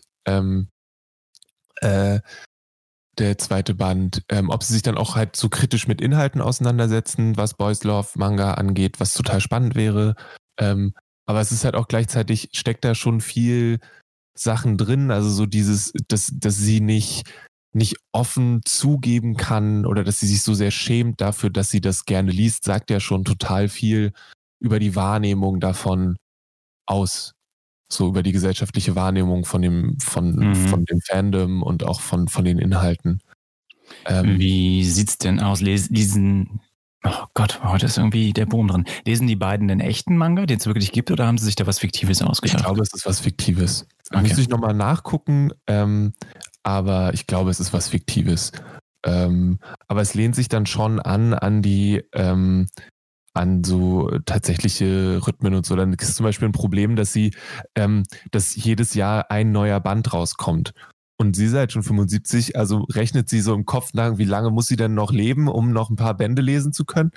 Der zweite Band, ob sie sich dann auch halt so kritisch mit Inhalten auseinandersetzen, was Boys Love Manga angeht, was total spannend wäre. Aber es ist halt auch gleichzeitig, steckt da schon viel Sachen drin, also so dieses, dass sie nicht nicht offen zugeben kann oder dass sie sich so sehr schämt dafür, dass sie das gerne liest, sagt ja schon total viel über die Wahrnehmung davon aus. So über die gesellschaftliche Wahrnehmung von dem Fandom und auch von den Inhalten. Wie sieht's denn aus? Oh Gott, heute ist irgendwie der Boom drin. Lesen die beiden den echten Manga, den es wirklich gibt, oder haben sie sich da was Fiktives ausgedacht? Ich glaube, es ist was Fiktives. Da Okay. müsste ich nochmal nachgucken, aber ich glaube, es ist was Fiktives. Aber es lehnt sich dann schon an die an so tatsächliche Rhythmen und so. Dann ist zum Beispiel ein Problem, dass dass jedes Jahr ein neuer Band rauskommt. Und sie ist halt schon 75, also rechnet sie so im Kopf nach, wie lange muss sie denn noch leben, um noch ein paar Bände lesen zu können.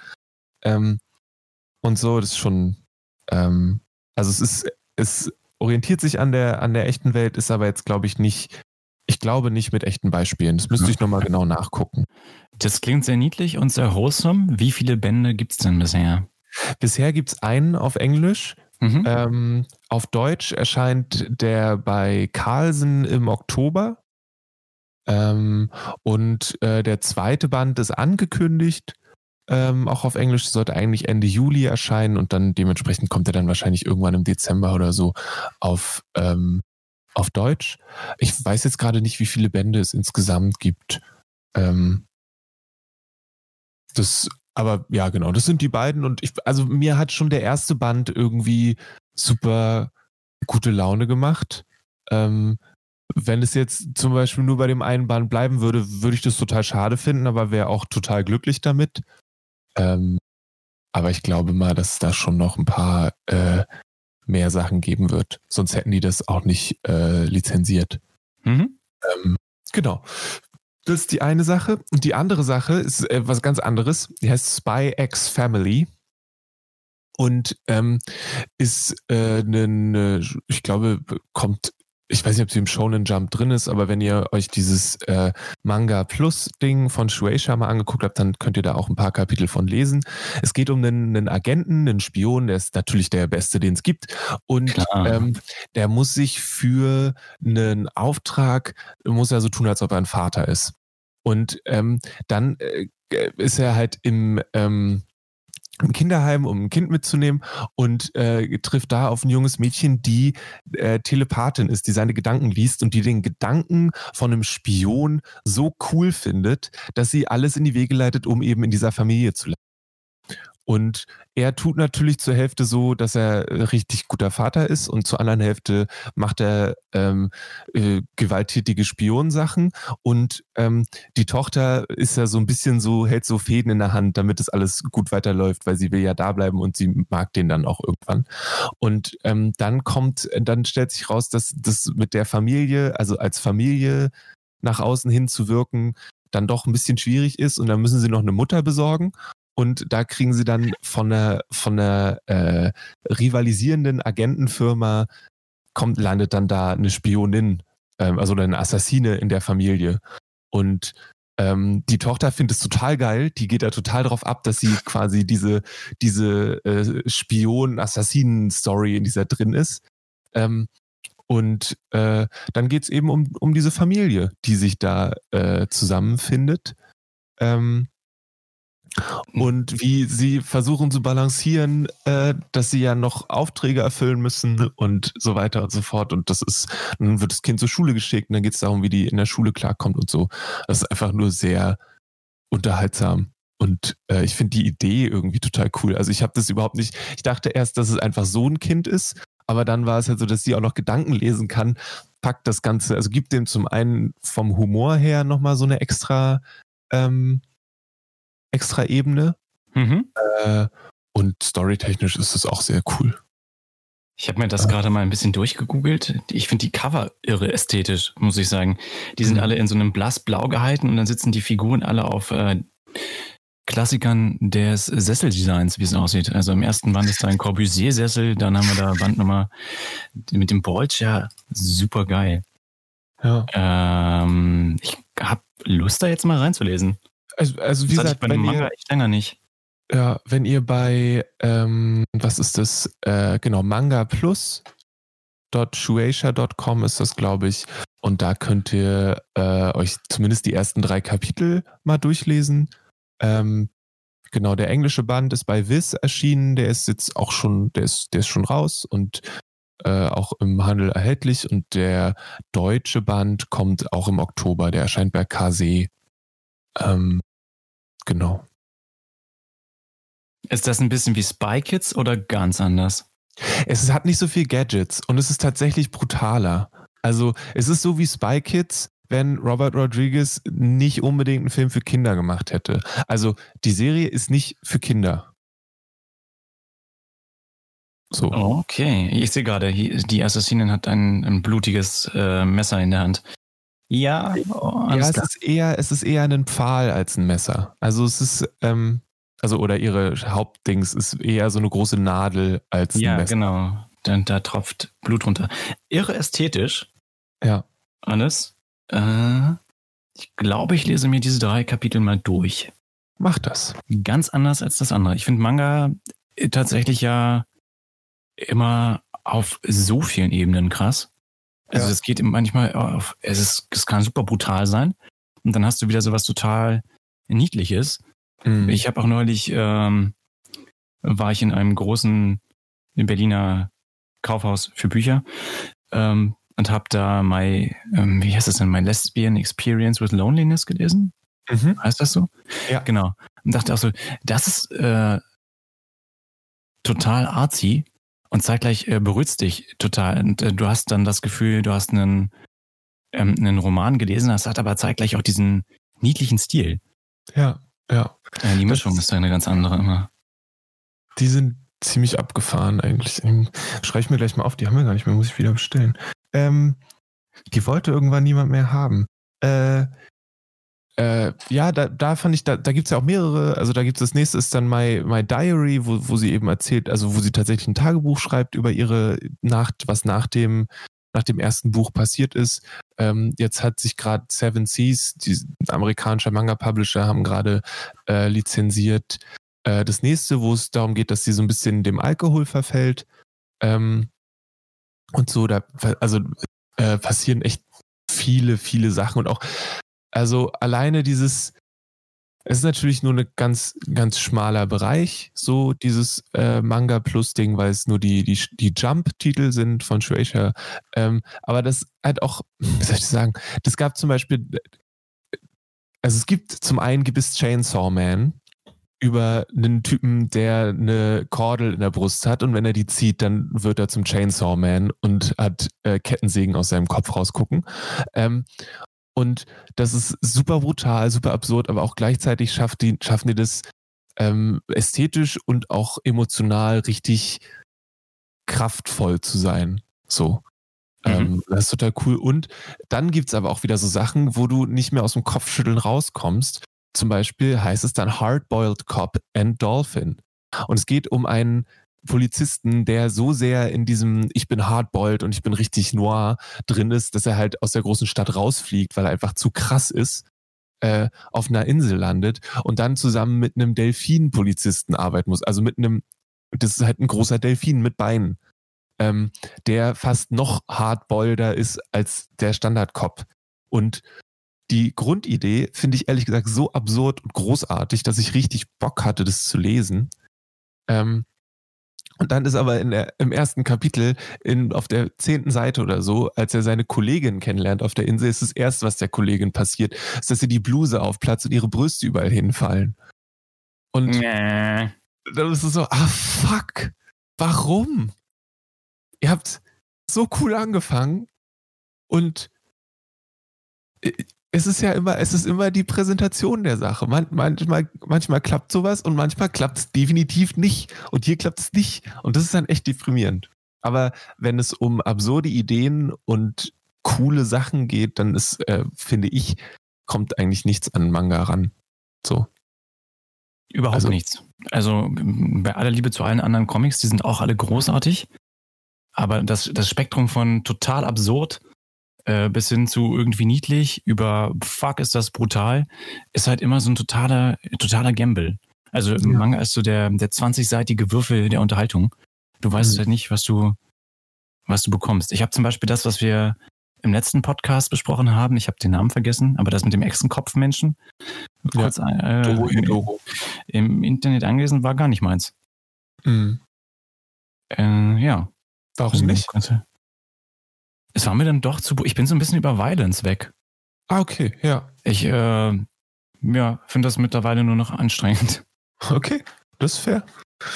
Und so, das ist schon, also es orientiert sich an der echten Welt, ist aber jetzt, glaube ich nicht mit echten Beispielen. Das müsste ich nochmal genau nachgucken. Das klingt sehr niedlich und sehr wholesome. Wie viele Bände gibt's denn bisher? Bisher gibt es einen auf Englisch. Auf Deutsch erscheint der bei Carlsen im Oktober. Und der zweite Band ist angekündigt. Auch auf Englisch, sollte eigentlich Ende Juli erscheinen und dann dementsprechend kommt er dann wahrscheinlich irgendwann im Dezember oder so auf Deutsch. Ich weiß jetzt gerade nicht, wie viele Bände es insgesamt gibt. Aber ja, genau, das sind die beiden und also mir hat schon der erste Band irgendwie super gute Laune gemacht. Wenn es jetzt zum Beispiel nur bei dem einen Band bleiben würde, würde ich das total schade finden, aber wäre auch total glücklich damit. Aber ich glaube mal, dass es da schon noch ein paar mehr Sachen geben wird. Sonst hätten die das auch nicht lizenziert. Genau. Das ist die eine Sache. Und die andere Sache ist was ganz anderes. Die heißt Spy X Family. Und ist ich glaube, ich weiß nicht, ob sie im Shonen Jump drin ist, aber wenn ihr euch dieses Manga Plus Ding von Shueisha mal angeguckt habt, dann könnt ihr da auch ein paar Kapitel von lesen. Es geht um einen Agenten, einen Spion, der ist natürlich der Beste, den es gibt. Und der muss sich für einen Auftrag, muss er so tun, als ob er ein Vater ist. Und dann ist er halt im Kinderheim, um ein Kind mitzunehmen und trifft da auf ein junges Mädchen, die Telepathin ist, die seine Gedanken liest und die den Gedanken von einem Spion so cool findet, dass sie alles in die Wege leitet, um eben in dieser Familie zu leben. Und er tut natürlich zur Hälfte so, dass er richtig guter Vater ist und zur anderen Hälfte macht er gewalttätige Spionsachen und die Tochter ist ja so ein bisschen so, hält so Fäden in der Hand, damit es alles gut weiterläuft, weil sie will ja da bleiben und sie mag den dann auch irgendwann. Und dann stellt sich raus, dass das mit der Familie, also als Familie nach außen hin zu wirken, dann doch ein bisschen schwierig ist und dann müssen sie noch eine Mutter besorgen. Und da kriegen sie dann von einer rivalisierenden Agentenfirma landet dann da eine Spionin, also eine Assassine in der Familie. Und die Tochter findet es total geil, die geht da total drauf ab, dass sie quasi diese Spion-Assassinen-Story in dieser drin ist. Und dann geht es eben um diese Familie, die sich da zusammenfindet. Und wie sie versuchen zu balancieren, dass sie ja noch Aufträge erfüllen müssen und so weiter und so fort. Und dann wird das Kind zur Schule geschickt und dann geht es darum, wie die in der Schule klarkommt und so. Das ist einfach nur sehr unterhaltsam. Und ich finde die Idee irgendwie total cool. Also ich habe das überhaupt nicht, ich dachte erst, dass es einfach so ein Kind ist, aber dann war es halt so, dass sie auch noch Gedanken lesen kann, packt das Ganze, also gibt dem zum einen vom Humor her nochmal so eine extra Ebene. Und storytechnisch ist es auch sehr cool. Ich habe mir das gerade mal ein bisschen durchgegoogelt. Ich finde die Cover irre ästhetisch, muss ich sagen. Die sind alle in so einem blassblau gehalten und dann sitzen die Figuren alle auf Klassikern des Sesseldesigns, wie es aussieht. Also im ersten Band ist da ein Corbusier-Sessel, dann haben wir da Bandnummer mit dem Bolcher. Super geil. Ja. Ich habe Lust, da jetzt mal reinzulesen. Also wie gesagt, bei dem Manga echt länger nicht. Ja, wenn ihr bei, was ist das? Genau, Manga Plus .shueisha.com ist das, glaube ich. Und da könnt ihr euch zumindest die ersten 3 Kapitel mal durchlesen. Genau, der englische Band ist bei Viz erschienen. Der ist jetzt auch schon, der ist schon raus und auch im Handel erhältlich. Und der deutsche Band kommt auch im Oktober. Der erscheint bei Kase. Genau. Ist das ein bisschen wie Spy Kids oder ganz anders? Es hat nicht so viel Gadgets und es ist tatsächlich brutaler. Also es ist so wie Spy Kids, wenn Robert Rodriguez nicht unbedingt einen Film für Kinder gemacht hätte. Also die Serie ist nicht für Kinder. So. Okay, ich sehe gerade, die Assassinin hat ein blutiges Messer in der Hand. Ja, es ist eher ein Pfahl als ein Messer. Also es ist, oder ihre Hauptdings ist eher so eine große Nadel als ein Messer. Ja, genau. Da tropft Blut runter. Irre ästhetisch. Ja. Alles. Ich glaube, ich lese mir diese 3 Kapitel mal durch. Mach das. Ganz anders als das andere. Ich finde Manga tatsächlich ja immer auf so vielen Ebenen krass. Also es geht manchmal auf, es kann super brutal sein. Und dann hast du wieder sowas total Niedliches. Mhm. Ich habe auch neulich, war ich in einem großen Berliner Kaufhaus für Bücher und habe da My Lesbian Experience with Loneliness gelesen. Mhm. Heißt das so? Ja. Genau. Und dachte auch so, das ist total artsy und zeitgleich berührt's dich total. Und du hast dann das Gefühl, du hast einen Roman gelesen, das hat aber zeitgleich auch diesen niedlichen Stil. Ja. Die Mischung ist da eine ganz andere immer. Die sind ziemlich abgefahren eigentlich. Schreibe ich mir gleich mal auf, die haben wir gar nicht mehr, muss ich wieder bestellen. Die wollte irgendwann niemand mehr haben. Da fand ich, da gibt es ja auch mehrere, also da gibt es das nächste ist dann My Diary, wo sie eben erzählt, also wo sie tatsächlich ein Tagebuch schreibt über ihre Nacht, was nach dem ersten Buch passiert ist. Jetzt hat sich gerade Seven Seas, die amerikanische Manga-Publisher, haben gerade lizenziert das nächste, wo es darum geht, dass sie so ein bisschen dem Alkohol verfällt. Und so, passieren echt viele, viele Sachen und auch, also alleine es ist natürlich nur ein ganz, ganz schmaler Bereich, so dieses Manga-Plus-Ding, weil es nur die Jump-Titel sind von Shueisha. Aber das halt auch, wie soll ich sagen, das gab zum Beispiel, also gibt es Chainsaw Man über einen Typen, der eine Kordel in der Brust hat und wenn er die zieht, dann wird er zum Chainsaw Man und hat Kettensägen aus seinem Kopf rausgucken. Und das ist super brutal, super absurd, aber auch gleichzeitig schaffen die das ästhetisch und auch emotional richtig kraftvoll zu sein. So. Das ist total cool. Und dann gibt es aber auch wieder so Sachen, wo du nicht mehr aus dem Kopfschütteln rauskommst. Zum Beispiel heißt es dann Hardboiled Cop and Dolphin. Und es geht um einen Polizisten, der so sehr in diesem ich bin hardboiled und ich bin richtig noir drin ist, dass er halt aus der großen Stadt rausfliegt, weil er einfach zu krass ist, auf einer Insel landet und dann zusammen mit einem Delfin-Polizisten arbeiten muss. Also das ist halt ein großer Delfin mit Beinen, der fast noch hardboileder ist als der Standard-Cop. Und die Grundidee finde ich ehrlich gesagt so absurd und großartig, dass ich richtig Bock hatte, das zu lesen. Und dann ist aber im ersten Kapitel auf der 10. Seite oder so, als er seine Kollegin kennenlernt auf der Insel, ist das Erste, was der Kollegin passiert, ist, dass ihr die Bluse aufplatzt und ihre Brüste überall hinfallen. Und dann ist es so, fuck, warum? Ihr habt so cool angefangen und es ist immer die Präsentation der Sache. Manchmal klappt sowas und manchmal klappt es definitiv nicht. Und hier klappt es nicht. Und das ist dann echt deprimierend. Aber wenn es um absurde Ideen und coole Sachen geht, dann ist, finde ich, kommt eigentlich nichts an Manga ran. So. Überhaupt nichts. Also bei aller Liebe zu allen anderen Comics, die sind auch alle großartig. Aber das Spektrum von total absurd bis hin zu irgendwie niedlich, über fuck ist das brutal, ist halt immer so ein totaler Gamble. Also Manga ist so der 20-seitige Würfel der Unterhaltung. Du weißt halt nicht, was du was du bekommst. Ich habe zum Beispiel das, was wir im letzten Podcast besprochen haben. Ich habe den Namen vergessen, aber das mit dem Echsenkopfmenschen. Kurz im Internet angelesen, war gar nicht meins. Mhm. Ja. Warum nicht? Es war mir dann doch ich bin so ein bisschen über Violence weg. Ah, okay, ja. Ich finde das mittlerweile nur noch anstrengend. Okay, das ist fair.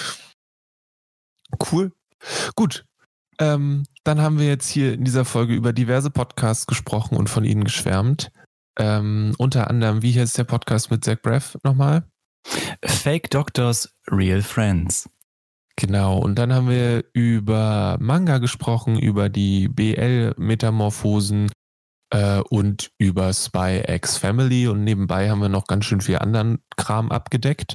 Cool. Gut. Dann haben wir jetzt hier in dieser Folge über diverse Podcasts gesprochen und von ihnen geschwärmt. Unter anderem, wie heißt der Podcast mit Zach Braff nochmal? Fake Doctors, Real Friends. Genau, und dann haben wir über Manga gesprochen, über die BL-Metamorphosen und über Spy X Family und nebenbei haben wir noch ganz schön viel anderen Kram abgedeckt.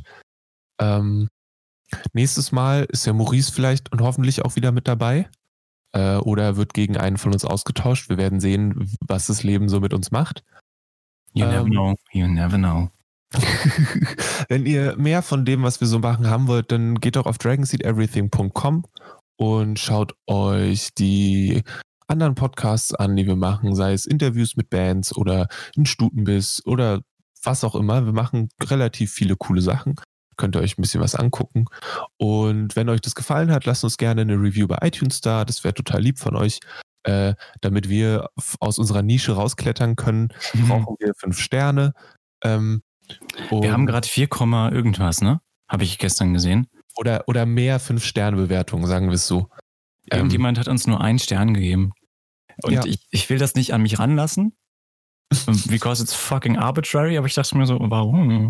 Nächstes Mal ist ja Maurice vielleicht und hoffentlich auch wieder mit dabei. Oder wird gegen einen von uns ausgetauscht. Wir werden sehen, was das Leben so mit uns macht. You never know. You never know. Wenn ihr mehr von dem, was wir so machen, haben wollt, dann geht doch auf dragonseedeverything.com und schaut euch die anderen Podcasts an, die wir machen, sei es Interviews mit Bands oder ein Stutenbiss oder was auch immer. Wir machen relativ viele coole Sachen. Könnt ihr euch ein bisschen was angucken. Und wenn euch das gefallen hat, lasst uns gerne eine Review bei iTunes da. Das wäre total lieb von euch. Damit wir aus unserer Nische rausklettern können, brauchen wir 5 Sterne. Wir haben gerade 4, irgendwas, ne? Habe ich gestern gesehen. Oder mehr 5-Sterne-Bewertungen, sagen wir es so. Irgendjemand hat uns nur 1 Stern gegeben. Und ja. ich will das nicht an mich ranlassen. Because it's fucking arbitrary. Aber ich dachte mir so, warum?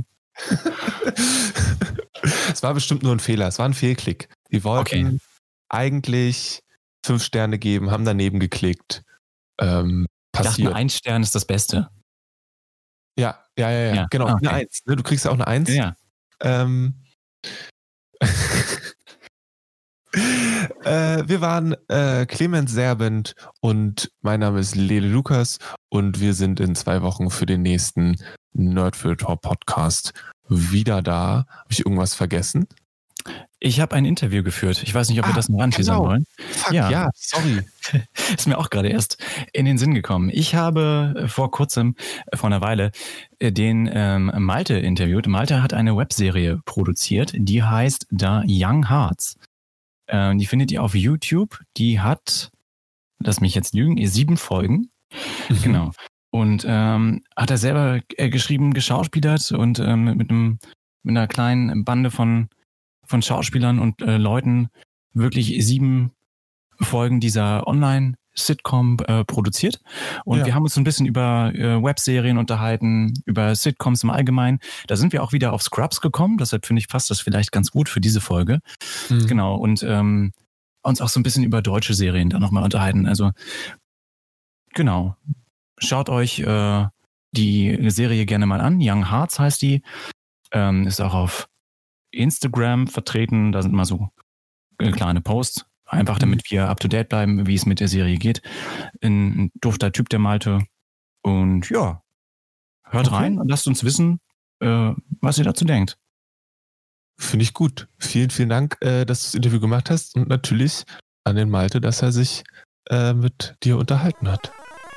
Es war bestimmt nur ein Fehler. Es war ein Fehlklick. Die wollten eigentlich 5 Sterne geben, haben daneben geklickt. Ich dachte, 1 Stern ist das Beste. Ja, genau. Okay. Eine 1. Du kriegst ja auch eine 1. Ja. Wir waren Clemens Serbent und mein Name ist Lele Lukas und wir sind in 2 Wochen für den nächsten Nerdfilter Podcast wieder da. Habe ich irgendwas vergessen? Ich habe ein Interview geführt. Ich weiß nicht, ob wir das noch anteasern wollen. Fuck, ja, sorry. Ist mir auch gerade erst in den Sinn gekommen. Ich habe vor einer Weile, den Malte interviewt. Malte hat eine Webserie produziert, die heißt The Young Hearts. Die findet ihr auf YouTube. Die hat, lass mich jetzt lügen, 7 Folgen. Genau. Und hat er selber geschrieben, geschauspielert und mit einer kleinen Bande von Schauspielern und Leuten wirklich 7 Folgen dieser Online-Sitcom produziert. Und wir haben uns so ein bisschen über Webserien unterhalten, über Sitcoms im Allgemeinen. Da sind wir auch wieder auf Scrubs gekommen. Deshalb finde ich, passt das vielleicht ganz gut für diese Folge. Genau. Und uns auch so ein bisschen über deutsche Serien da nochmal unterhalten. Also genau. Schaut euch die Serie gerne mal an. Young Hearts heißt die. Ist auch auf Instagram vertreten. Da sind mal so kleine Posts. Einfach damit wir up to date bleiben, wie es mit der Serie geht. Ein dufter Typ, der Malte. Und ja, hört rein und lasst uns wissen, was ihr dazu denkt. Finde ich gut. Vielen, vielen Dank, dass du das Interview gemacht hast und natürlich an den Malte, dass er sich mit dir unterhalten hat.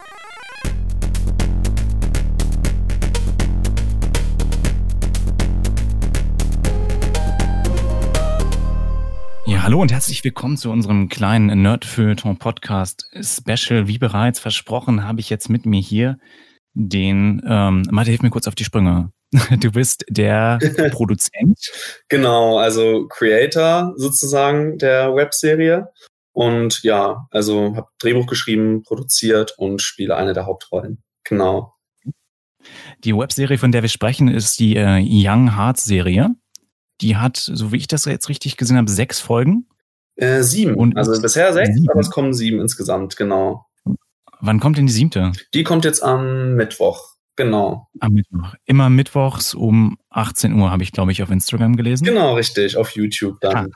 Ja, hallo und herzlich willkommen zu unserem kleinen Nerdfeuilleton-Podcast-Special. Wie bereits versprochen, habe ich jetzt mit mir hier den, Malte, hilf mir kurz auf die Sprünge. Du bist der Produzent. Genau, also Creator sozusagen der Webserie. Und ja, also habe Drehbuch geschrieben, produziert und spiele eine der Hauptrollen. Genau. Die Webserie, von der wir sprechen, ist die Young Hearts Serie. Die hat, so wie ich das jetzt richtig gesehen habe, 6 Folgen. 7. Und also bisher 6, 7. Aber es kommen 7 insgesamt, genau. Wann kommt denn die 7.? Die kommt jetzt am Mittwoch, genau. Am Mittwoch. Immer mittwochs um 18 Uhr habe ich, glaube ich, auf Instagram gelesen. Genau, richtig, auf YouTube dann.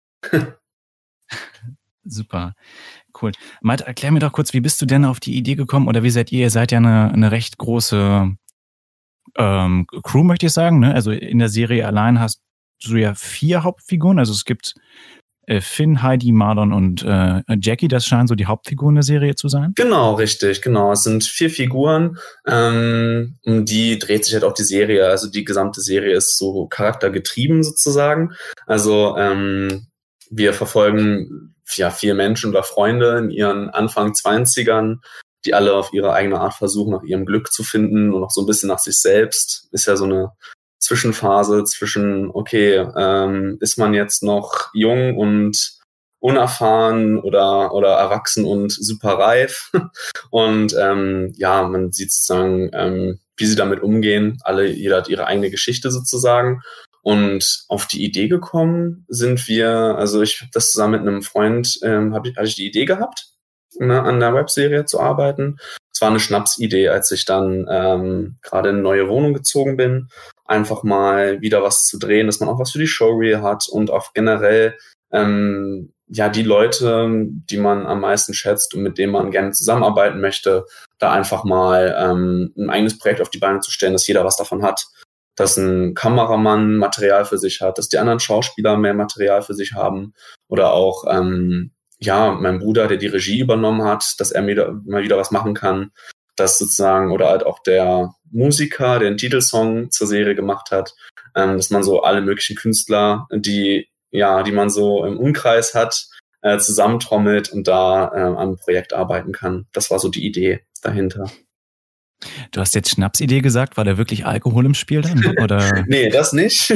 Super, cool. Malte, erklär mir doch kurz, wie bist du denn auf die Idee gekommen oder wie seid ihr? Ihr seid ja eine recht große Crew, möchte ich sagen. Ne? Also in der Serie allein hast du ja 4 Hauptfiguren. Also es gibt Finn, Heidi, Marlon und Jackie, das scheinen so die Hauptfiguren der Serie zu sein? Genau, richtig, genau. Es sind 4 Figuren, um die dreht sich halt auch die Serie. Also die gesamte Serie ist so charaktergetrieben sozusagen. Also wir verfolgen 4 Menschen oder Freunde in ihren Anfang 20ern, die alle auf ihre eigene Art versuchen, nach ihrem Glück zu finden und auch so ein bisschen nach sich selbst. Ist ja so eine Zwischenphase zwischen, okay, ist man jetzt noch jung und unerfahren oder erwachsen und super reif. Und man sieht sozusagen, wie sie damit umgehen. Jeder hat ihre eigene Geschichte sozusagen. Und auf die Idee gekommen sind wir, also ich habe das zusammen mit einem Freund, hatte ich die Idee gehabt, an der Webserie zu arbeiten. Es war eine Schnapsidee, als ich dann gerade in eine neue Wohnung gezogen bin, einfach mal wieder was zu drehen, dass man auch was für die Showreel hat und auch generell die Leute, die man am meisten schätzt und mit denen man gerne zusammenarbeiten möchte, da einfach mal ein eigenes Projekt auf die Beine zu stellen, dass jeder was davon hat. Dass ein Kameramann Material für sich hat, dass die anderen Schauspieler mehr Material für sich haben oder auch mein Bruder, der die Regie übernommen hat, dass er mir mal wieder was machen kann, dass sozusagen, oder halt auch der Musiker, der einen Titelsong zur Serie gemacht hat, dass man so alle möglichen Künstler, die man so im Umkreis hat, zusammentrommelt und da an einem Projekt arbeiten kann. Das war so die Idee dahinter. Du hast jetzt Schnapsidee gesagt, war da wirklich Alkohol im Spiel dann? Oder? Nee, das nicht.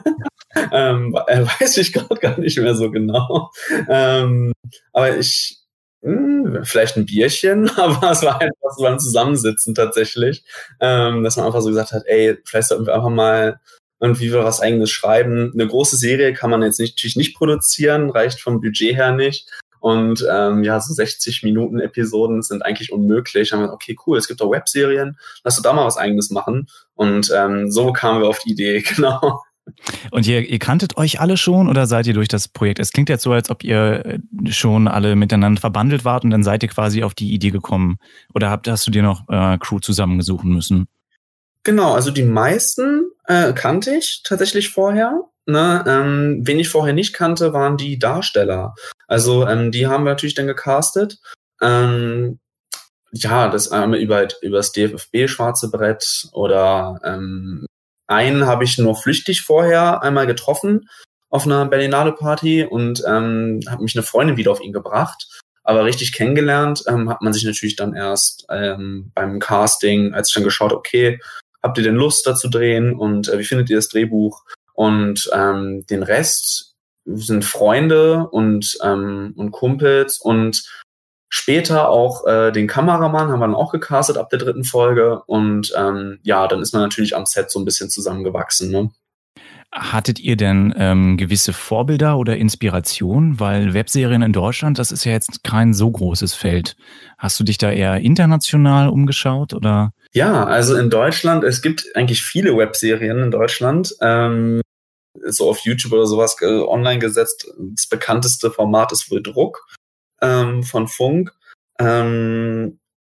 Weiß ich gerade gar nicht mehr so genau. Aber vielleicht ein Bierchen, aber es war einfach so ein Zusammensitzen tatsächlich, dass man einfach so gesagt hat, ey, vielleicht sollten wir einfach mal irgendwie was Eigenes schreiben. Eine große Serie kann man jetzt natürlich nicht produzieren, reicht vom Budget her nicht. Und so 60 Minuten Episoden sind eigentlich unmöglich. Dann haben wir gesagt, okay, cool, es gibt auch Webserien, lass uns da mal was Eigenes machen. Und so kamen wir auf die Idee, genau. Und ihr kanntet euch alle schon oder seid ihr durch das Projekt? Es klingt jetzt so, als ob ihr schon alle miteinander verbandelt wart und dann seid ihr quasi auf die Idee gekommen. Oder hast du dir noch Crew zusammengesuchen müssen? Genau, also die meisten kannte ich tatsächlich vorher. Ne? Wen ich vorher nicht kannte, waren die Darsteller. Also die haben wir natürlich dann gecastet. Das einmal über das DFFB Schwarze Brett oder einen habe ich nur flüchtig vorher einmal getroffen auf einer Berlinale Party und habe mich eine Freundin wieder auf ihn gebracht. Aber richtig kennengelernt hat man sich natürlich dann erst beim Casting, als ich dann geschaut, okay, habt ihr denn Lust da zu drehen und wie findet ihr das Drehbuch? Und den Rest sind Freunde und Kumpels und später auch den Kameramann haben wir dann auch gecastet ab der 3. Folge und dann ist man natürlich am Set so ein bisschen zusammengewachsen. Ne? Hattet ihr denn gewisse Vorbilder oder Inspiration? Weil Webserien in Deutschland, das ist ja jetzt kein so großes Feld. Hast du dich da eher international umgeschaut oder? Ja, also in Deutschland, es gibt eigentlich viele Webserien in Deutschland, so auf YouTube oder sowas online gesetzt. Das bekannteste Format ist wohl Druck von Funk. Aber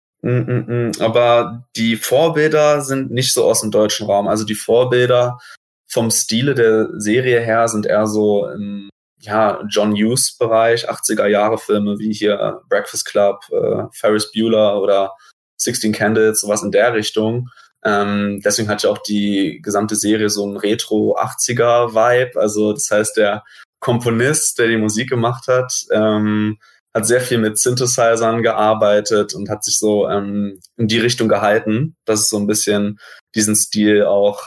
die Vorbilder sind nicht so aus dem deutschen Raum. Also die Vorbilder vom Stile der Serie her sind eher so im John Hughes-Bereich, 80er-Jahre-Filme wie hier Breakfast Club, Ferris Bueller oder 16 Candles, sowas in der Richtung. Deswegen hat ja auch die gesamte Serie so einen Retro-80er-Vibe. Also das heißt, der Komponist, der die Musik gemacht hat, hat sehr viel mit Synthesizern gearbeitet und hat sich so in die Richtung gehalten, dass es so ein bisschen diesen Stil auch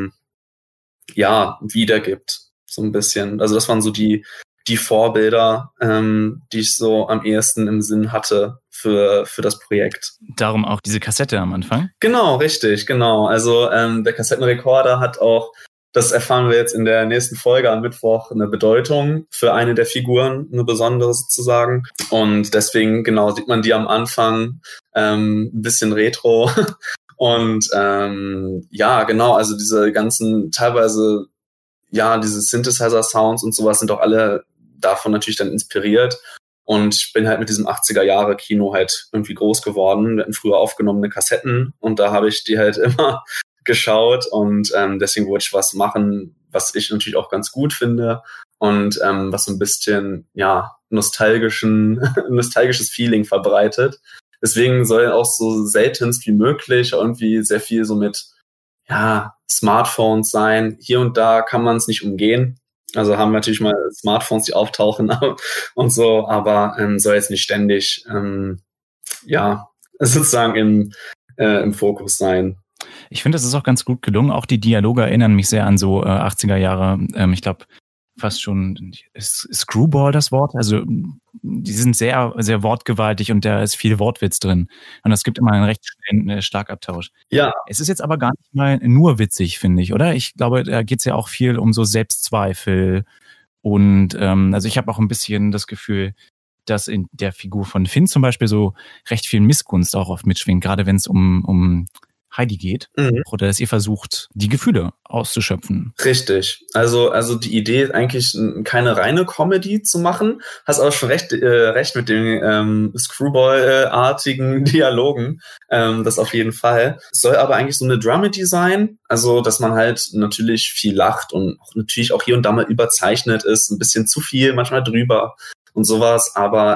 wiedergibt. So ein bisschen. Also das waren so die Vorbilder, die ich so am ehesten im Sinn hatte für das Projekt. Darum auch diese Kassette am Anfang? Genau, richtig, genau. Also der Kassettenrekorder hat auch, das erfahren wir jetzt in der nächsten Folge am Mittwoch, eine Bedeutung für eine der Figuren, eine besondere sozusagen. Und deswegen, genau, sieht man die am Anfang ein bisschen retro. Und genau, also diese ganzen teilweise, diese Synthesizer-Sounds und sowas sind auch alle davon natürlich dann inspiriert. Und ich bin halt mit diesem 80er-Jahre-Kino halt irgendwie groß geworden. Wir hatten früher aufgenommene Kassetten und da habe ich die halt immer geschaut und deswegen wollte ich was machen, was ich natürlich auch ganz gut finde und was so ein bisschen, ja, nostalgisches Feeling verbreitet. Deswegen soll auch so seltenst wie möglich irgendwie sehr viel so mit, ja, Smartphones sein. Hier und da kann man es nicht umgehen. Also haben wir natürlich mal Smartphones, die auftauchen und so, aber soll jetzt nicht ständig, ja, sozusagen im Fokus sein. Ich finde, das ist auch ganz gut gelungen. Auch die Dialoge erinnern mich sehr an so 80er Jahre, ich glaube, fast schon, ist Screwball das Wort? Also die sind sehr, sehr wortgewaltig und da ist viel Wortwitz drin. Und es gibt immer einen recht schnellen Schlagabtausch. Ja. Es ist jetzt aber gar nicht mal nur witzig, finde ich, oder? Ich glaube, da geht es ja auch viel um so Selbstzweifel. Und also ich habe auch ein bisschen das Gefühl, dass in der Figur von Finn zum Beispiel so recht viel Missgunst auch oft mitschwingt, gerade wenn es um Heidi geht, oder dass ihr versucht, die Gefühle auszuschöpfen. Richtig. Also die Idee ist eigentlich keine reine Comedy zu machen. Hast auch schon recht mit den Screwball-artigen Dialogen. Das auf jeden Fall. Es soll aber eigentlich so eine Dramedy sein. Also, dass man halt natürlich viel lacht und auch natürlich auch hier und da mal überzeichnet ist. Ein bisschen zu viel, manchmal drüber und sowas. Aber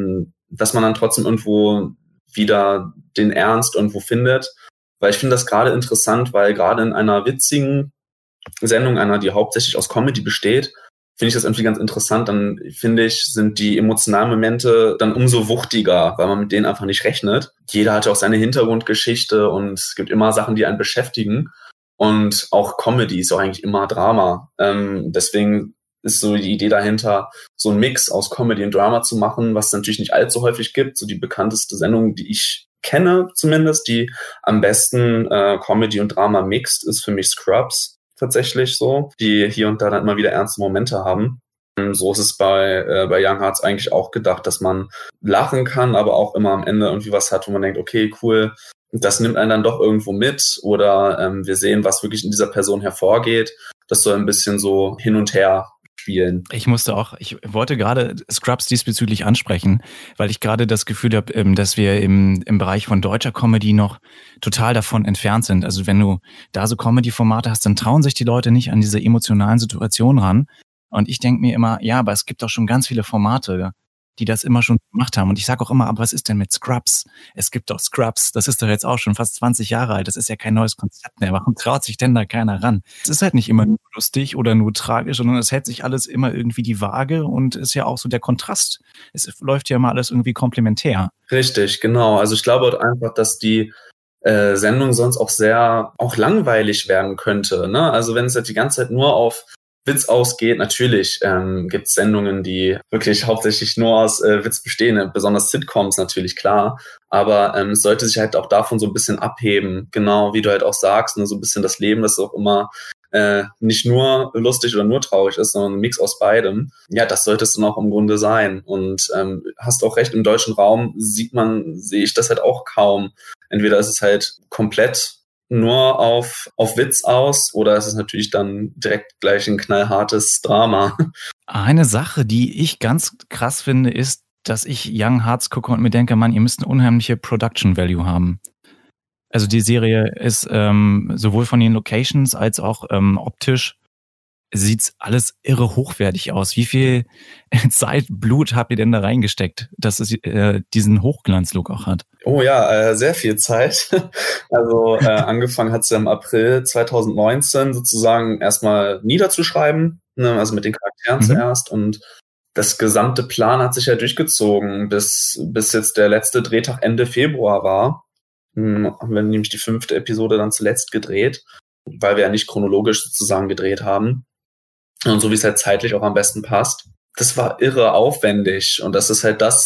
dass man dann trotzdem irgendwo wieder den Ernst irgendwo findet. Weil ich finde das gerade interessant, weil gerade in einer witzigen Sendung, einer, die hauptsächlich aus Comedy besteht, finde ich das irgendwie ganz interessant. Dann finde ich, sind die emotionalen Momente dann umso wuchtiger, weil man mit denen einfach nicht rechnet. Jeder hat ja auch seine Hintergrundgeschichte und es gibt immer Sachen, die einen beschäftigen. Und auch Comedy ist auch eigentlich immer Drama. Deswegen ist so die Idee dahinter, so einen Mix aus Comedy und Drama zu machen, was es natürlich nicht allzu häufig gibt. So die bekannteste Sendung, die ich kenne zumindest, die am besten Comedy und Drama mixt, ist für mich Scrubs tatsächlich so, die hier und da dann immer wieder ernste Momente haben. So ist es bei Young Hearts eigentlich auch gedacht, dass man lachen kann, aber auch immer am Ende irgendwie was hat, wo man denkt, okay, cool, das nimmt einen dann doch irgendwo mit oder wir sehen, was wirklich in dieser Person hervorgeht. Das soll ein bisschen so hin und her spielen. Ich wollte gerade Scrubs diesbezüglich ansprechen, weil ich gerade das Gefühl habe, dass wir im Bereich von deutscher Comedy noch total davon entfernt sind. Also wenn du da so Comedy-Formate hast, dann trauen sich die Leute nicht an diese emotionalen Situationen ran. Und ich denke mir immer, ja, aber es gibt doch schon ganz viele Formate, die das immer schon gemacht haben. Und ich sage auch immer, aber was ist denn mit Scrubs? Es gibt doch Scrubs, das ist doch jetzt auch schon fast 20 Jahre alt. Das ist ja kein neues Konzept mehr. Warum traut sich denn da keiner ran? Es ist halt nicht immer nur lustig oder nur tragisch, sondern es hält sich alles immer irgendwie die Waage und ist ja auch so der Kontrast. Es läuft ja immer alles irgendwie komplementär. Richtig, genau. Also ich glaube halt einfach, dass die Sendung sonst auch sehr langweilig werden könnte. Ne? Also wenn es halt die ganze Zeit nur auf Witz ausgeht, natürlich gibt es Sendungen, die wirklich hauptsächlich nur aus Witz bestehen, besonders Sitcoms natürlich, klar, aber es sollte sich halt auch davon so ein bisschen abheben, genau wie du halt auch sagst, ne, so ein bisschen das Leben, das auch immer nicht nur lustig oder nur traurig ist, sondern ein Mix aus beidem. Ja, das sollte es dann auch im Grunde sein und hast auch recht, im deutschen Raum sehe ich das halt auch kaum. Entweder ist es halt komplett nur auf Witz aus oder ist es natürlich dann direkt gleich ein knallhartes Drama. Eine Sache, die ich ganz krass finde, ist, dass ich Young Hearts gucke und mir denke, Mann, ihr müsst eine unheimliche Production Value haben. Also die Serie ist sowohl von den Locations als auch optisch sieht's alles irre hochwertig aus. Wie viel Zeit, Blut habt ihr denn da reingesteckt, dass es diesen Hochglanzlook auch hat? Oh ja, sehr viel Zeit. Also angefangen hat es im April 2019 sozusagen erstmal niederzuschreiben, ne, also mit den Charakteren zuerst und das gesamte Plan hat sich ja durchgezogen, bis jetzt der letzte Drehtag Ende Februar war. Haben wir nämlich die 5. Episode dann zuletzt gedreht, weil wir ja nicht chronologisch sozusagen gedreht haben. Und so wie es halt zeitlich auch am besten passt. Das war irre aufwendig. Und das ist halt das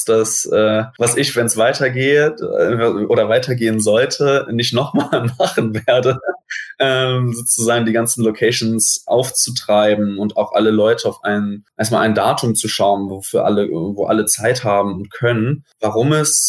was ich, wenn es weitergeht oder weitergehen sollte, nicht nochmal machen werde. Sozusagen die ganzen Locations aufzutreiben und auch alle Leute auf erstmal ein Datum zu schauen, wo alle Zeit haben und können. Warum es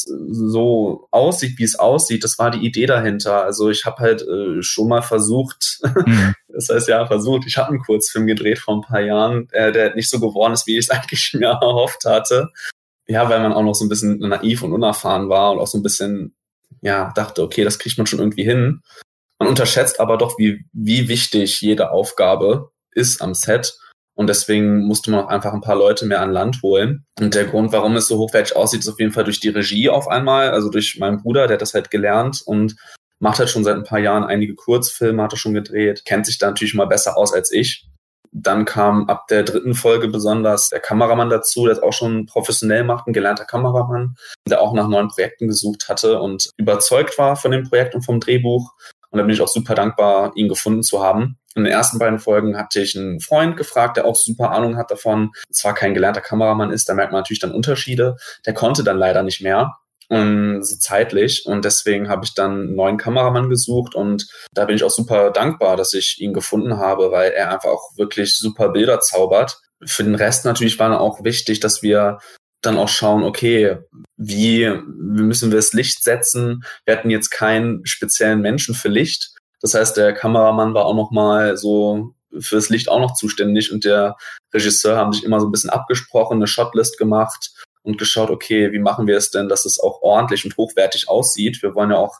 so aussieht, wie es aussieht, das war die Idee dahinter. Also ich habe halt schon mal versucht, das heißt ja versucht, ich habe einen Kurzfilm gedreht vor ein paar Jahren, der nicht so geworden ist, wie ich es eigentlich mir erhofft hatte. Ja, weil man auch noch so ein bisschen naiv und unerfahren war und auch so ein bisschen, ja, dachte, okay, das kriegt man schon irgendwie hin. Man unterschätzt aber doch, wie wichtig jede Aufgabe ist am Set Und deswegen musste man auch einfach ein paar Leute mehr an Land holen. Und der Grund, warum es so hochwertig aussieht, ist auf jeden Fall durch die Regie auf einmal, also durch meinen Bruder, der hat das halt gelernt und macht halt schon seit ein paar Jahren einige Kurzfilme, hat er schon gedreht, kennt sich da natürlich mal besser aus als ich. Dann kam ab der 3. Folge besonders der Kameramann dazu, der es auch schon professionell macht, ein gelernter Kameramann, der auch nach neuen Projekten gesucht hatte und überzeugt war von dem Projekt und vom Drehbuch. Und da bin ich auch super dankbar, ihn gefunden zu haben. In den ersten beiden Folgen hatte ich einen Freund gefragt, der auch super Ahnung hat davon. Zwar kein gelernter Kameramann ist, da merkt man natürlich dann Unterschiede. Der konnte dann leider nicht mehr. So zeitlich, und deswegen habe ich dann einen neuen Kameramann gesucht und da bin ich auch super dankbar, dass ich ihn gefunden habe, weil er einfach auch wirklich super Bilder zaubert. Für den Rest natürlich war dann auch wichtig, dass wir dann auch schauen, okay, wie müssen wir das Licht setzen? Wir hatten jetzt keinen speziellen Menschen für Licht. Das heißt, der Kameramann war auch nochmal so fürs Licht auch noch zuständig und der Regisseur haben sich immer so ein bisschen abgesprochen, eine Shotlist gemacht und geschaut, okay, wie machen wir es denn, dass es auch ordentlich und hochwertig aussieht. Wir wollen ja auch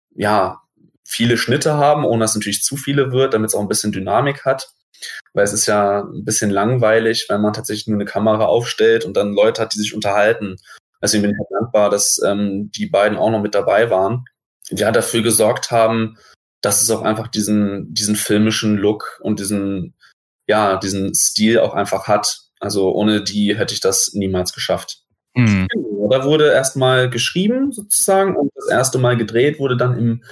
viele Schnitte haben, ohne dass es natürlich zu viele wird, damit es auch ein bisschen Dynamik hat. Weil es ist ja ein bisschen langweilig, wenn man tatsächlich nur eine Kamera aufstellt und dann Leute hat, die sich unterhalten. Deswegen bin ich halt dankbar, dass die beiden auch noch mit dabei waren, die dafür gesorgt haben, dass es auch einfach diesen filmischen Look und diesen Stil auch einfach hat. Also ohne die hätte ich das niemals geschafft. Mhm. Da wurde erstmal geschrieben sozusagen und das erste Mal gedreht wurde dann im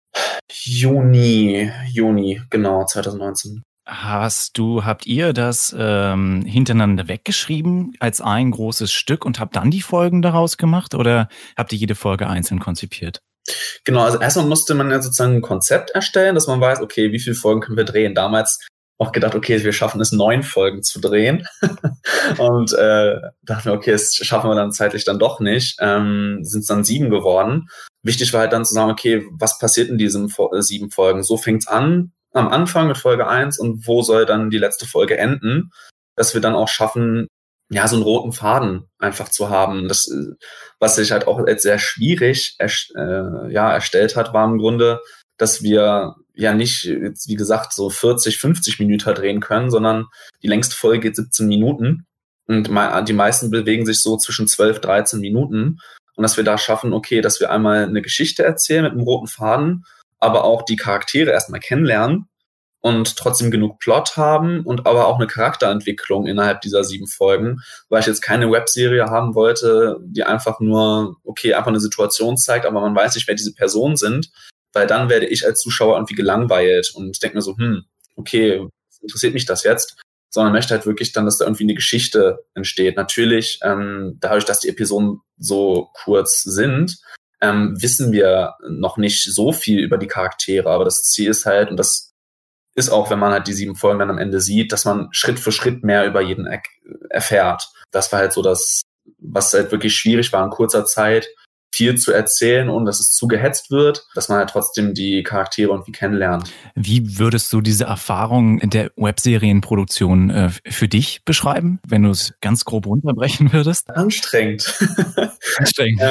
Juni, genau, 2019. Habt ihr das hintereinander weggeschrieben als ein großes Stück und habt dann die Folgen daraus gemacht oder habt ihr jede Folge einzeln konzipiert? Genau, also erstmal musste man ja sozusagen ein Konzept erstellen, dass man weiß, okay, wie viele Folgen können wir drehen. Damals auch gedacht, okay, wir schaffen es, 9 Folgen zu drehen. Und dachten wir, okay, das schaffen wir dann zeitlich dann doch nicht. Sind es dann 7 geworden. Wichtig war halt dann zu sagen, okay, was passiert in diesen 7 Folgen? So fängt's an, am Anfang mit Folge 1 und wo soll dann die letzte Folge enden? Dass wir dann auch schaffen, ja, so einen roten Faden einfach zu haben. Das, was sich halt auch als sehr schwierig erstellt hat, war im Grunde, dass wir ja nicht, wie gesagt, so 40, 50 Minuten drehen können, sondern die längste Folge geht 17 Minuten und die meisten bewegen sich so zwischen 12, 13 Minuten und dass wir da schaffen, okay, dass wir einmal eine Geschichte erzählen mit einem roten Faden, aber auch die Charaktere erstmal kennenlernen und trotzdem genug Plot haben und aber auch eine Charakterentwicklung innerhalb dieser 7 Folgen, weil ich jetzt keine Webserie haben wollte, die einfach nur, okay, einfach eine Situation zeigt, aber man weiß nicht, wer diese Personen sind, weil dann werde ich als Zuschauer irgendwie gelangweilt und denke mir so, okay, interessiert mich das jetzt? Sondern möchte halt wirklich dann, dass da irgendwie eine Geschichte entsteht. Natürlich, dadurch, dass die Episoden so kurz sind, wissen wir noch nicht so viel über die Charaktere, aber das Ziel ist halt, und das ist auch, wenn man halt die 7 Folgen dann am Ende sieht, dass man Schritt für Schritt mehr über jeden erfährt. Das war halt so das, was halt wirklich schwierig war in kurzer Zeit, viel zu erzählen, ohne dass es zu gehetzt wird, dass man halt trotzdem die Charaktere irgendwie kennenlernt. Wie würdest du diese Erfahrung der Webserienproduktion für dich beschreiben, wenn du es ganz grob runterbrechen würdest? Anstrengend. Anstrengend.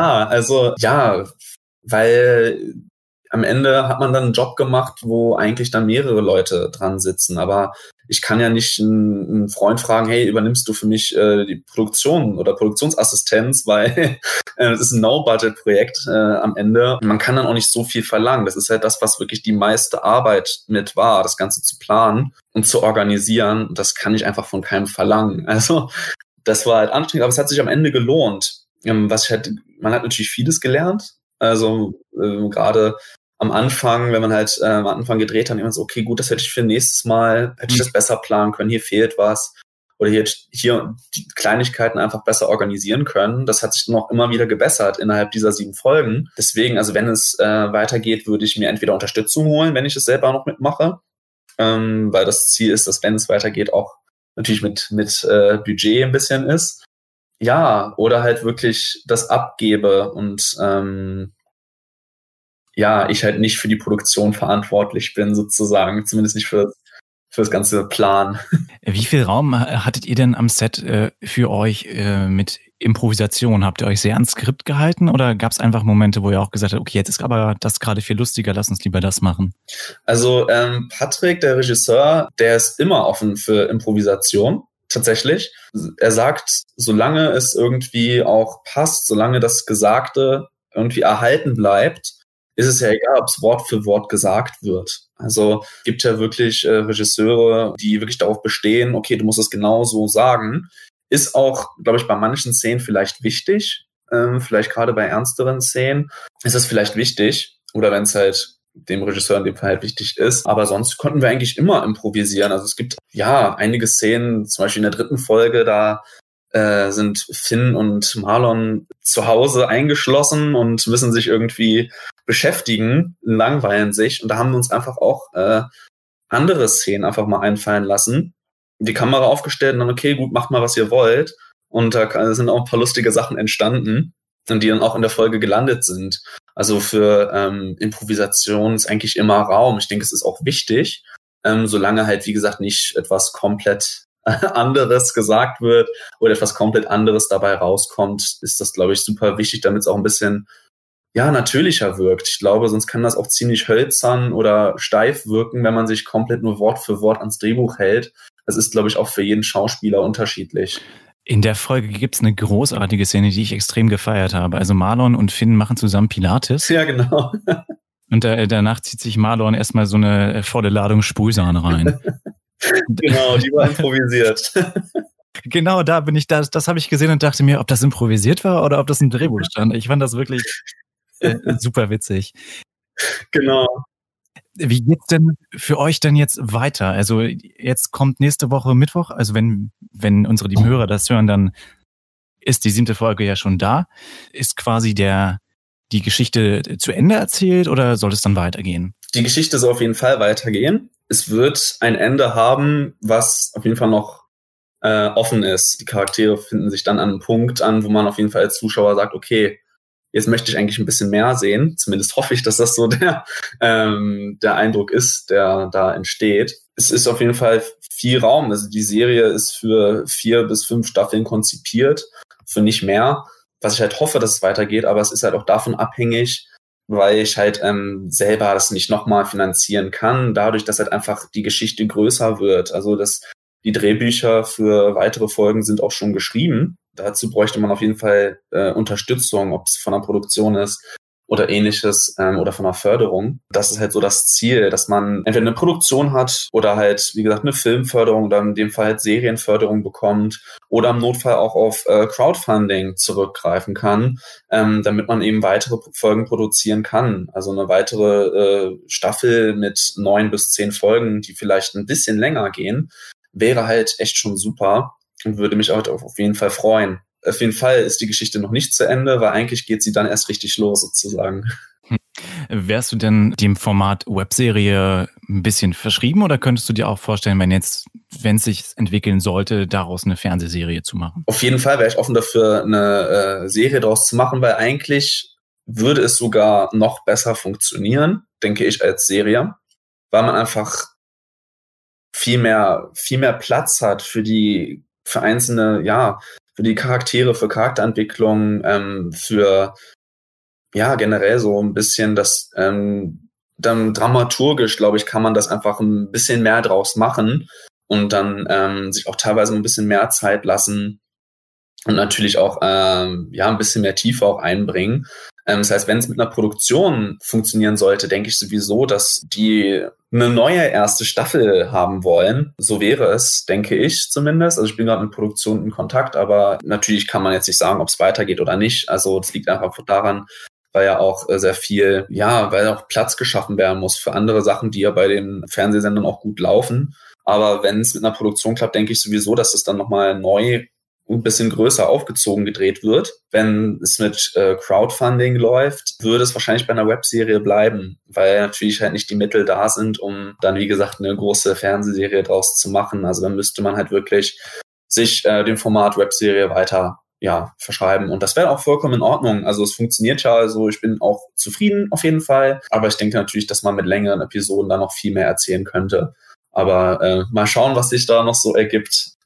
Weil am Ende hat man dann einen Job gemacht, wo eigentlich dann mehrere Leute dran sitzen. Aber ich kann ja nicht einen Freund fragen, hey, übernimmst du für mich die Produktion oder Produktionsassistenz, weil das ist ein No-Budget-Projekt am Ende. Man kann dann auch nicht so viel verlangen. Das ist halt das, was wirklich die meiste Arbeit mit war, das Ganze zu planen und zu organisieren. Das kann ich einfach von keinem verlangen. Also das war halt anstrengend, aber es hat sich am Ende gelohnt. Man hat natürlich vieles gelernt. Also gerade am Anfang, wenn man halt am Anfang gedreht hat, immer so, okay, gut, das hätte ich für nächstes Mal, hätte ich das besser planen können, hier fehlt was. Oder hier die Kleinigkeiten einfach besser organisieren können. Das hat sich dann auch immer wieder gebessert innerhalb dieser 7 Folgen. Deswegen, also wenn es weitergeht, würde ich mir entweder Unterstützung holen, wenn ich es selber noch mitmache. Weil das Ziel ist, dass wenn es weitergeht, auch natürlich mit Budget ein bisschen ist. Ja, oder halt wirklich das abgebe und ich halt nicht für die Produktion verantwortlich bin, sozusagen. Zumindest nicht für das ganze Plan. Wie viel Raum hattet ihr denn am Set für euch mit Improvisation? Habt ihr euch sehr ans Skript gehalten oder gab es einfach Momente, wo ihr auch gesagt habt, okay, jetzt ist aber das gerade viel lustiger, lass uns lieber das machen? Also Patrick, der Regisseur, der ist immer offen für Improvisation, tatsächlich. Er sagt, solange es irgendwie auch passt, solange das Gesagte irgendwie erhalten bleibt, ist es ja egal, ob es Wort für Wort gesagt wird. Also es gibt ja wirklich Regisseure, die wirklich darauf bestehen, okay, du musst es genau so sagen. Ist auch, glaube ich, bei manchen Szenen vielleicht wichtig, vielleicht gerade bei ernsteren Szenen ist es vielleicht wichtig, oder wenn es halt dem Regisseur in dem Fall halt wichtig ist. Aber sonst konnten wir eigentlich immer improvisieren. Also es gibt ja einige Szenen, zum Beispiel in der 3. Folge, da sind Finn und Marlon zu Hause eingeschlossen und müssen sich irgendwie beschäftigen, langweilen sich. Und da haben wir uns einfach auch andere Szenen einfach mal einfallen lassen. Die Kamera aufgestellt und dann, okay, gut, macht mal, was ihr wollt. Und da sind auch ein paar lustige Sachen entstanden, die dann auch in der Folge gelandet sind. Also für Improvisation ist eigentlich immer Raum. Ich denke, es ist auch wichtig, solange halt, wie gesagt, nicht etwas komplett anderes gesagt wird oder etwas komplett anderes dabei rauskommt, ist das, glaube ich, super wichtig, damit es auch ein bisschen natürlicher wirkt. Ich glaube, sonst kann das auch ziemlich hölzern oder steif wirken, wenn man sich komplett nur Wort für Wort ans Drehbuch hält. Das ist, glaube ich, auch für jeden Schauspieler unterschiedlich. In der Folge gibt es eine großartige Szene, die ich extrem gefeiert habe. Also Marlon und Finn machen zusammen Pilates. Ja, genau. Und danach zieht sich Marlon erstmal so eine volle Ladung Sprühsahne rein. Genau, die war improvisiert. Genau, da bin ich, das habe ich gesehen und dachte mir, ob das improvisiert war oder ob das im Drehbuch stand. Ich fand das wirklich super witzig. Genau. Wie geht's denn für euch denn jetzt weiter? Also jetzt kommt nächste Woche Mittwoch, also wenn unsere lieben Hörer das hören, dann ist die 7. Folge ja schon da. Ist quasi die Geschichte zu Ende erzählt oder soll es dann weitergehen? Die Geschichte soll auf jeden Fall weitergehen. Es wird ein Ende haben, was auf jeden Fall noch offen ist. Die Charaktere finden sich dann an einem Punkt an, wo man auf jeden Fall als Zuschauer sagt, okay, jetzt möchte ich eigentlich ein bisschen mehr sehen. Zumindest hoffe ich, dass das so der Eindruck ist, der da entsteht. Es ist auf jeden Fall viel Raum. Also die Serie ist für 4 bis 5 Staffeln konzipiert, für nicht mehr. Was ich halt hoffe, dass es weitergeht, aber es ist halt auch davon abhängig, weil ich halt selber das nicht nochmal finanzieren kann, dadurch, dass halt einfach die Geschichte größer wird. Also die Drehbücher für weitere Folgen sind auch schon geschrieben. Dazu bräuchte man auf jeden Fall Unterstützung, ob es von der Produktion ist oder ähnliches oder von der Förderung. Das ist halt so das Ziel, dass man entweder eine Produktion hat oder halt, wie gesagt, eine Filmförderung oder in dem Fall halt Serienförderung bekommt oder im Notfall auch auf Crowdfunding zurückgreifen kann, damit man eben weitere Folgen produzieren kann. Also eine weitere Staffel mit 9 bis 10 Folgen, die vielleicht ein bisschen länger gehen, wäre halt echt schon super und würde mich auch auf jeden Fall freuen. Auf jeden Fall ist die Geschichte noch nicht zu Ende, weil eigentlich geht sie dann erst richtig los sozusagen. Wärst du denn dem Format Webserie ein bisschen verschrieben oder könntest du dir auch vorstellen, wenn es sich entwickeln sollte, daraus eine Fernsehserie zu machen? Auf jeden Fall wäre ich offen dafür, eine Serie daraus zu machen, weil eigentlich würde es sogar noch besser funktionieren, denke ich, als Serie, weil man einfach viel mehr Platz hat für einzelne, für die Charaktere, für Charakterentwicklung, für generell so ein bisschen das dann dramaturgisch, glaube ich, kann man das einfach ein bisschen mehr draus machen und dann sich auch teilweise ein bisschen mehr Zeit lassen und natürlich auch ein bisschen mehr Tiefe auch einbringen. Das heißt, wenn es mit einer Produktion funktionieren sollte, denke ich sowieso, dass die eine neue erste Staffel haben wollen. So wäre es, denke ich zumindest. Also ich bin gerade mit Produktion in Kontakt, aber natürlich kann man jetzt nicht sagen, ob es weitergeht oder nicht. Also das liegt einfach daran, weil ja auch sehr viel, weil auch Platz geschaffen werden muss für andere Sachen, die ja bei den Fernsehsendern auch gut laufen. Aber wenn es mit einer Produktion klappt, denke ich sowieso, dass es dann nochmal neu ein bisschen größer aufgezogen gedreht wird. Wenn es mit Crowdfunding läuft, würde es wahrscheinlich bei einer Webserie bleiben, weil natürlich halt nicht die Mittel da sind, um dann, wie gesagt, eine große Fernsehserie draus zu machen. Also dann müsste man halt wirklich sich dem Format Webserie weiter verschreiben. Und das wäre auch vollkommen in Ordnung. Also es funktioniert ja, also ich bin auch zufrieden auf jeden Fall. Aber ich denke natürlich, dass man mit längeren Episoden da noch viel mehr erzählen könnte. Aber mal schauen, was sich da noch so ergibt.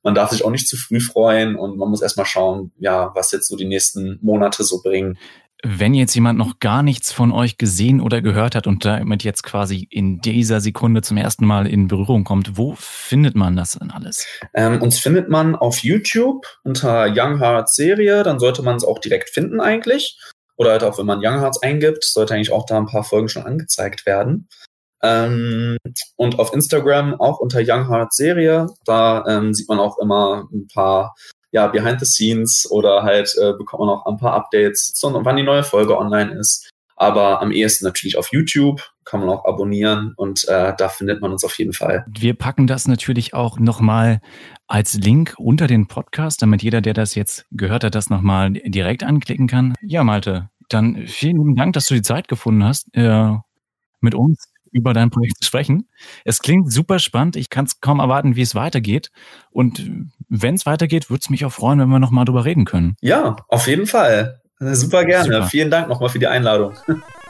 man darf sich auch nicht zu früh freuen und man muss erstmal schauen, ja, was jetzt so die nächsten Monate so bringen. Wenn jetzt jemand noch gar nichts von euch gesehen oder gehört hat und damit jetzt quasi in dieser Sekunde zum ersten Mal in Berührung kommt, wo findet man das denn alles? Uns findet man auf YouTube unter Young Hearts Serie, dann sollte man es auch direkt finden eigentlich. Oder halt auch, wenn man Young Hearts eingibt, sollte eigentlich auch da ein paar Folgen schon angezeigt werden. Und auf Instagram auch unter Young Hearts Serie, da sieht man auch immer ein paar Behind the Scenes oder halt bekommt man auch ein paar Updates, wann die neue Folge online ist. Aber am ehesten natürlich auf YouTube, kann man auch abonnieren und da findet man uns auf jeden Fall. Wir packen das natürlich auch nochmal als Link unter den Podcast, damit jeder, der das jetzt gehört hat, das nochmal direkt anklicken kann. Ja, Malte, dann vielen lieben Dank, dass du die Zeit gefunden hast, mit uns über dein Projekt zu sprechen. Es klingt super spannend. Ich kann es kaum erwarten, wie es weitergeht. Und wenn es weitergeht, würde es mich auch freuen, wenn wir nochmal drüber reden können. Ja, auf jeden Fall. Super gerne. Super. Vielen Dank nochmal für die Einladung.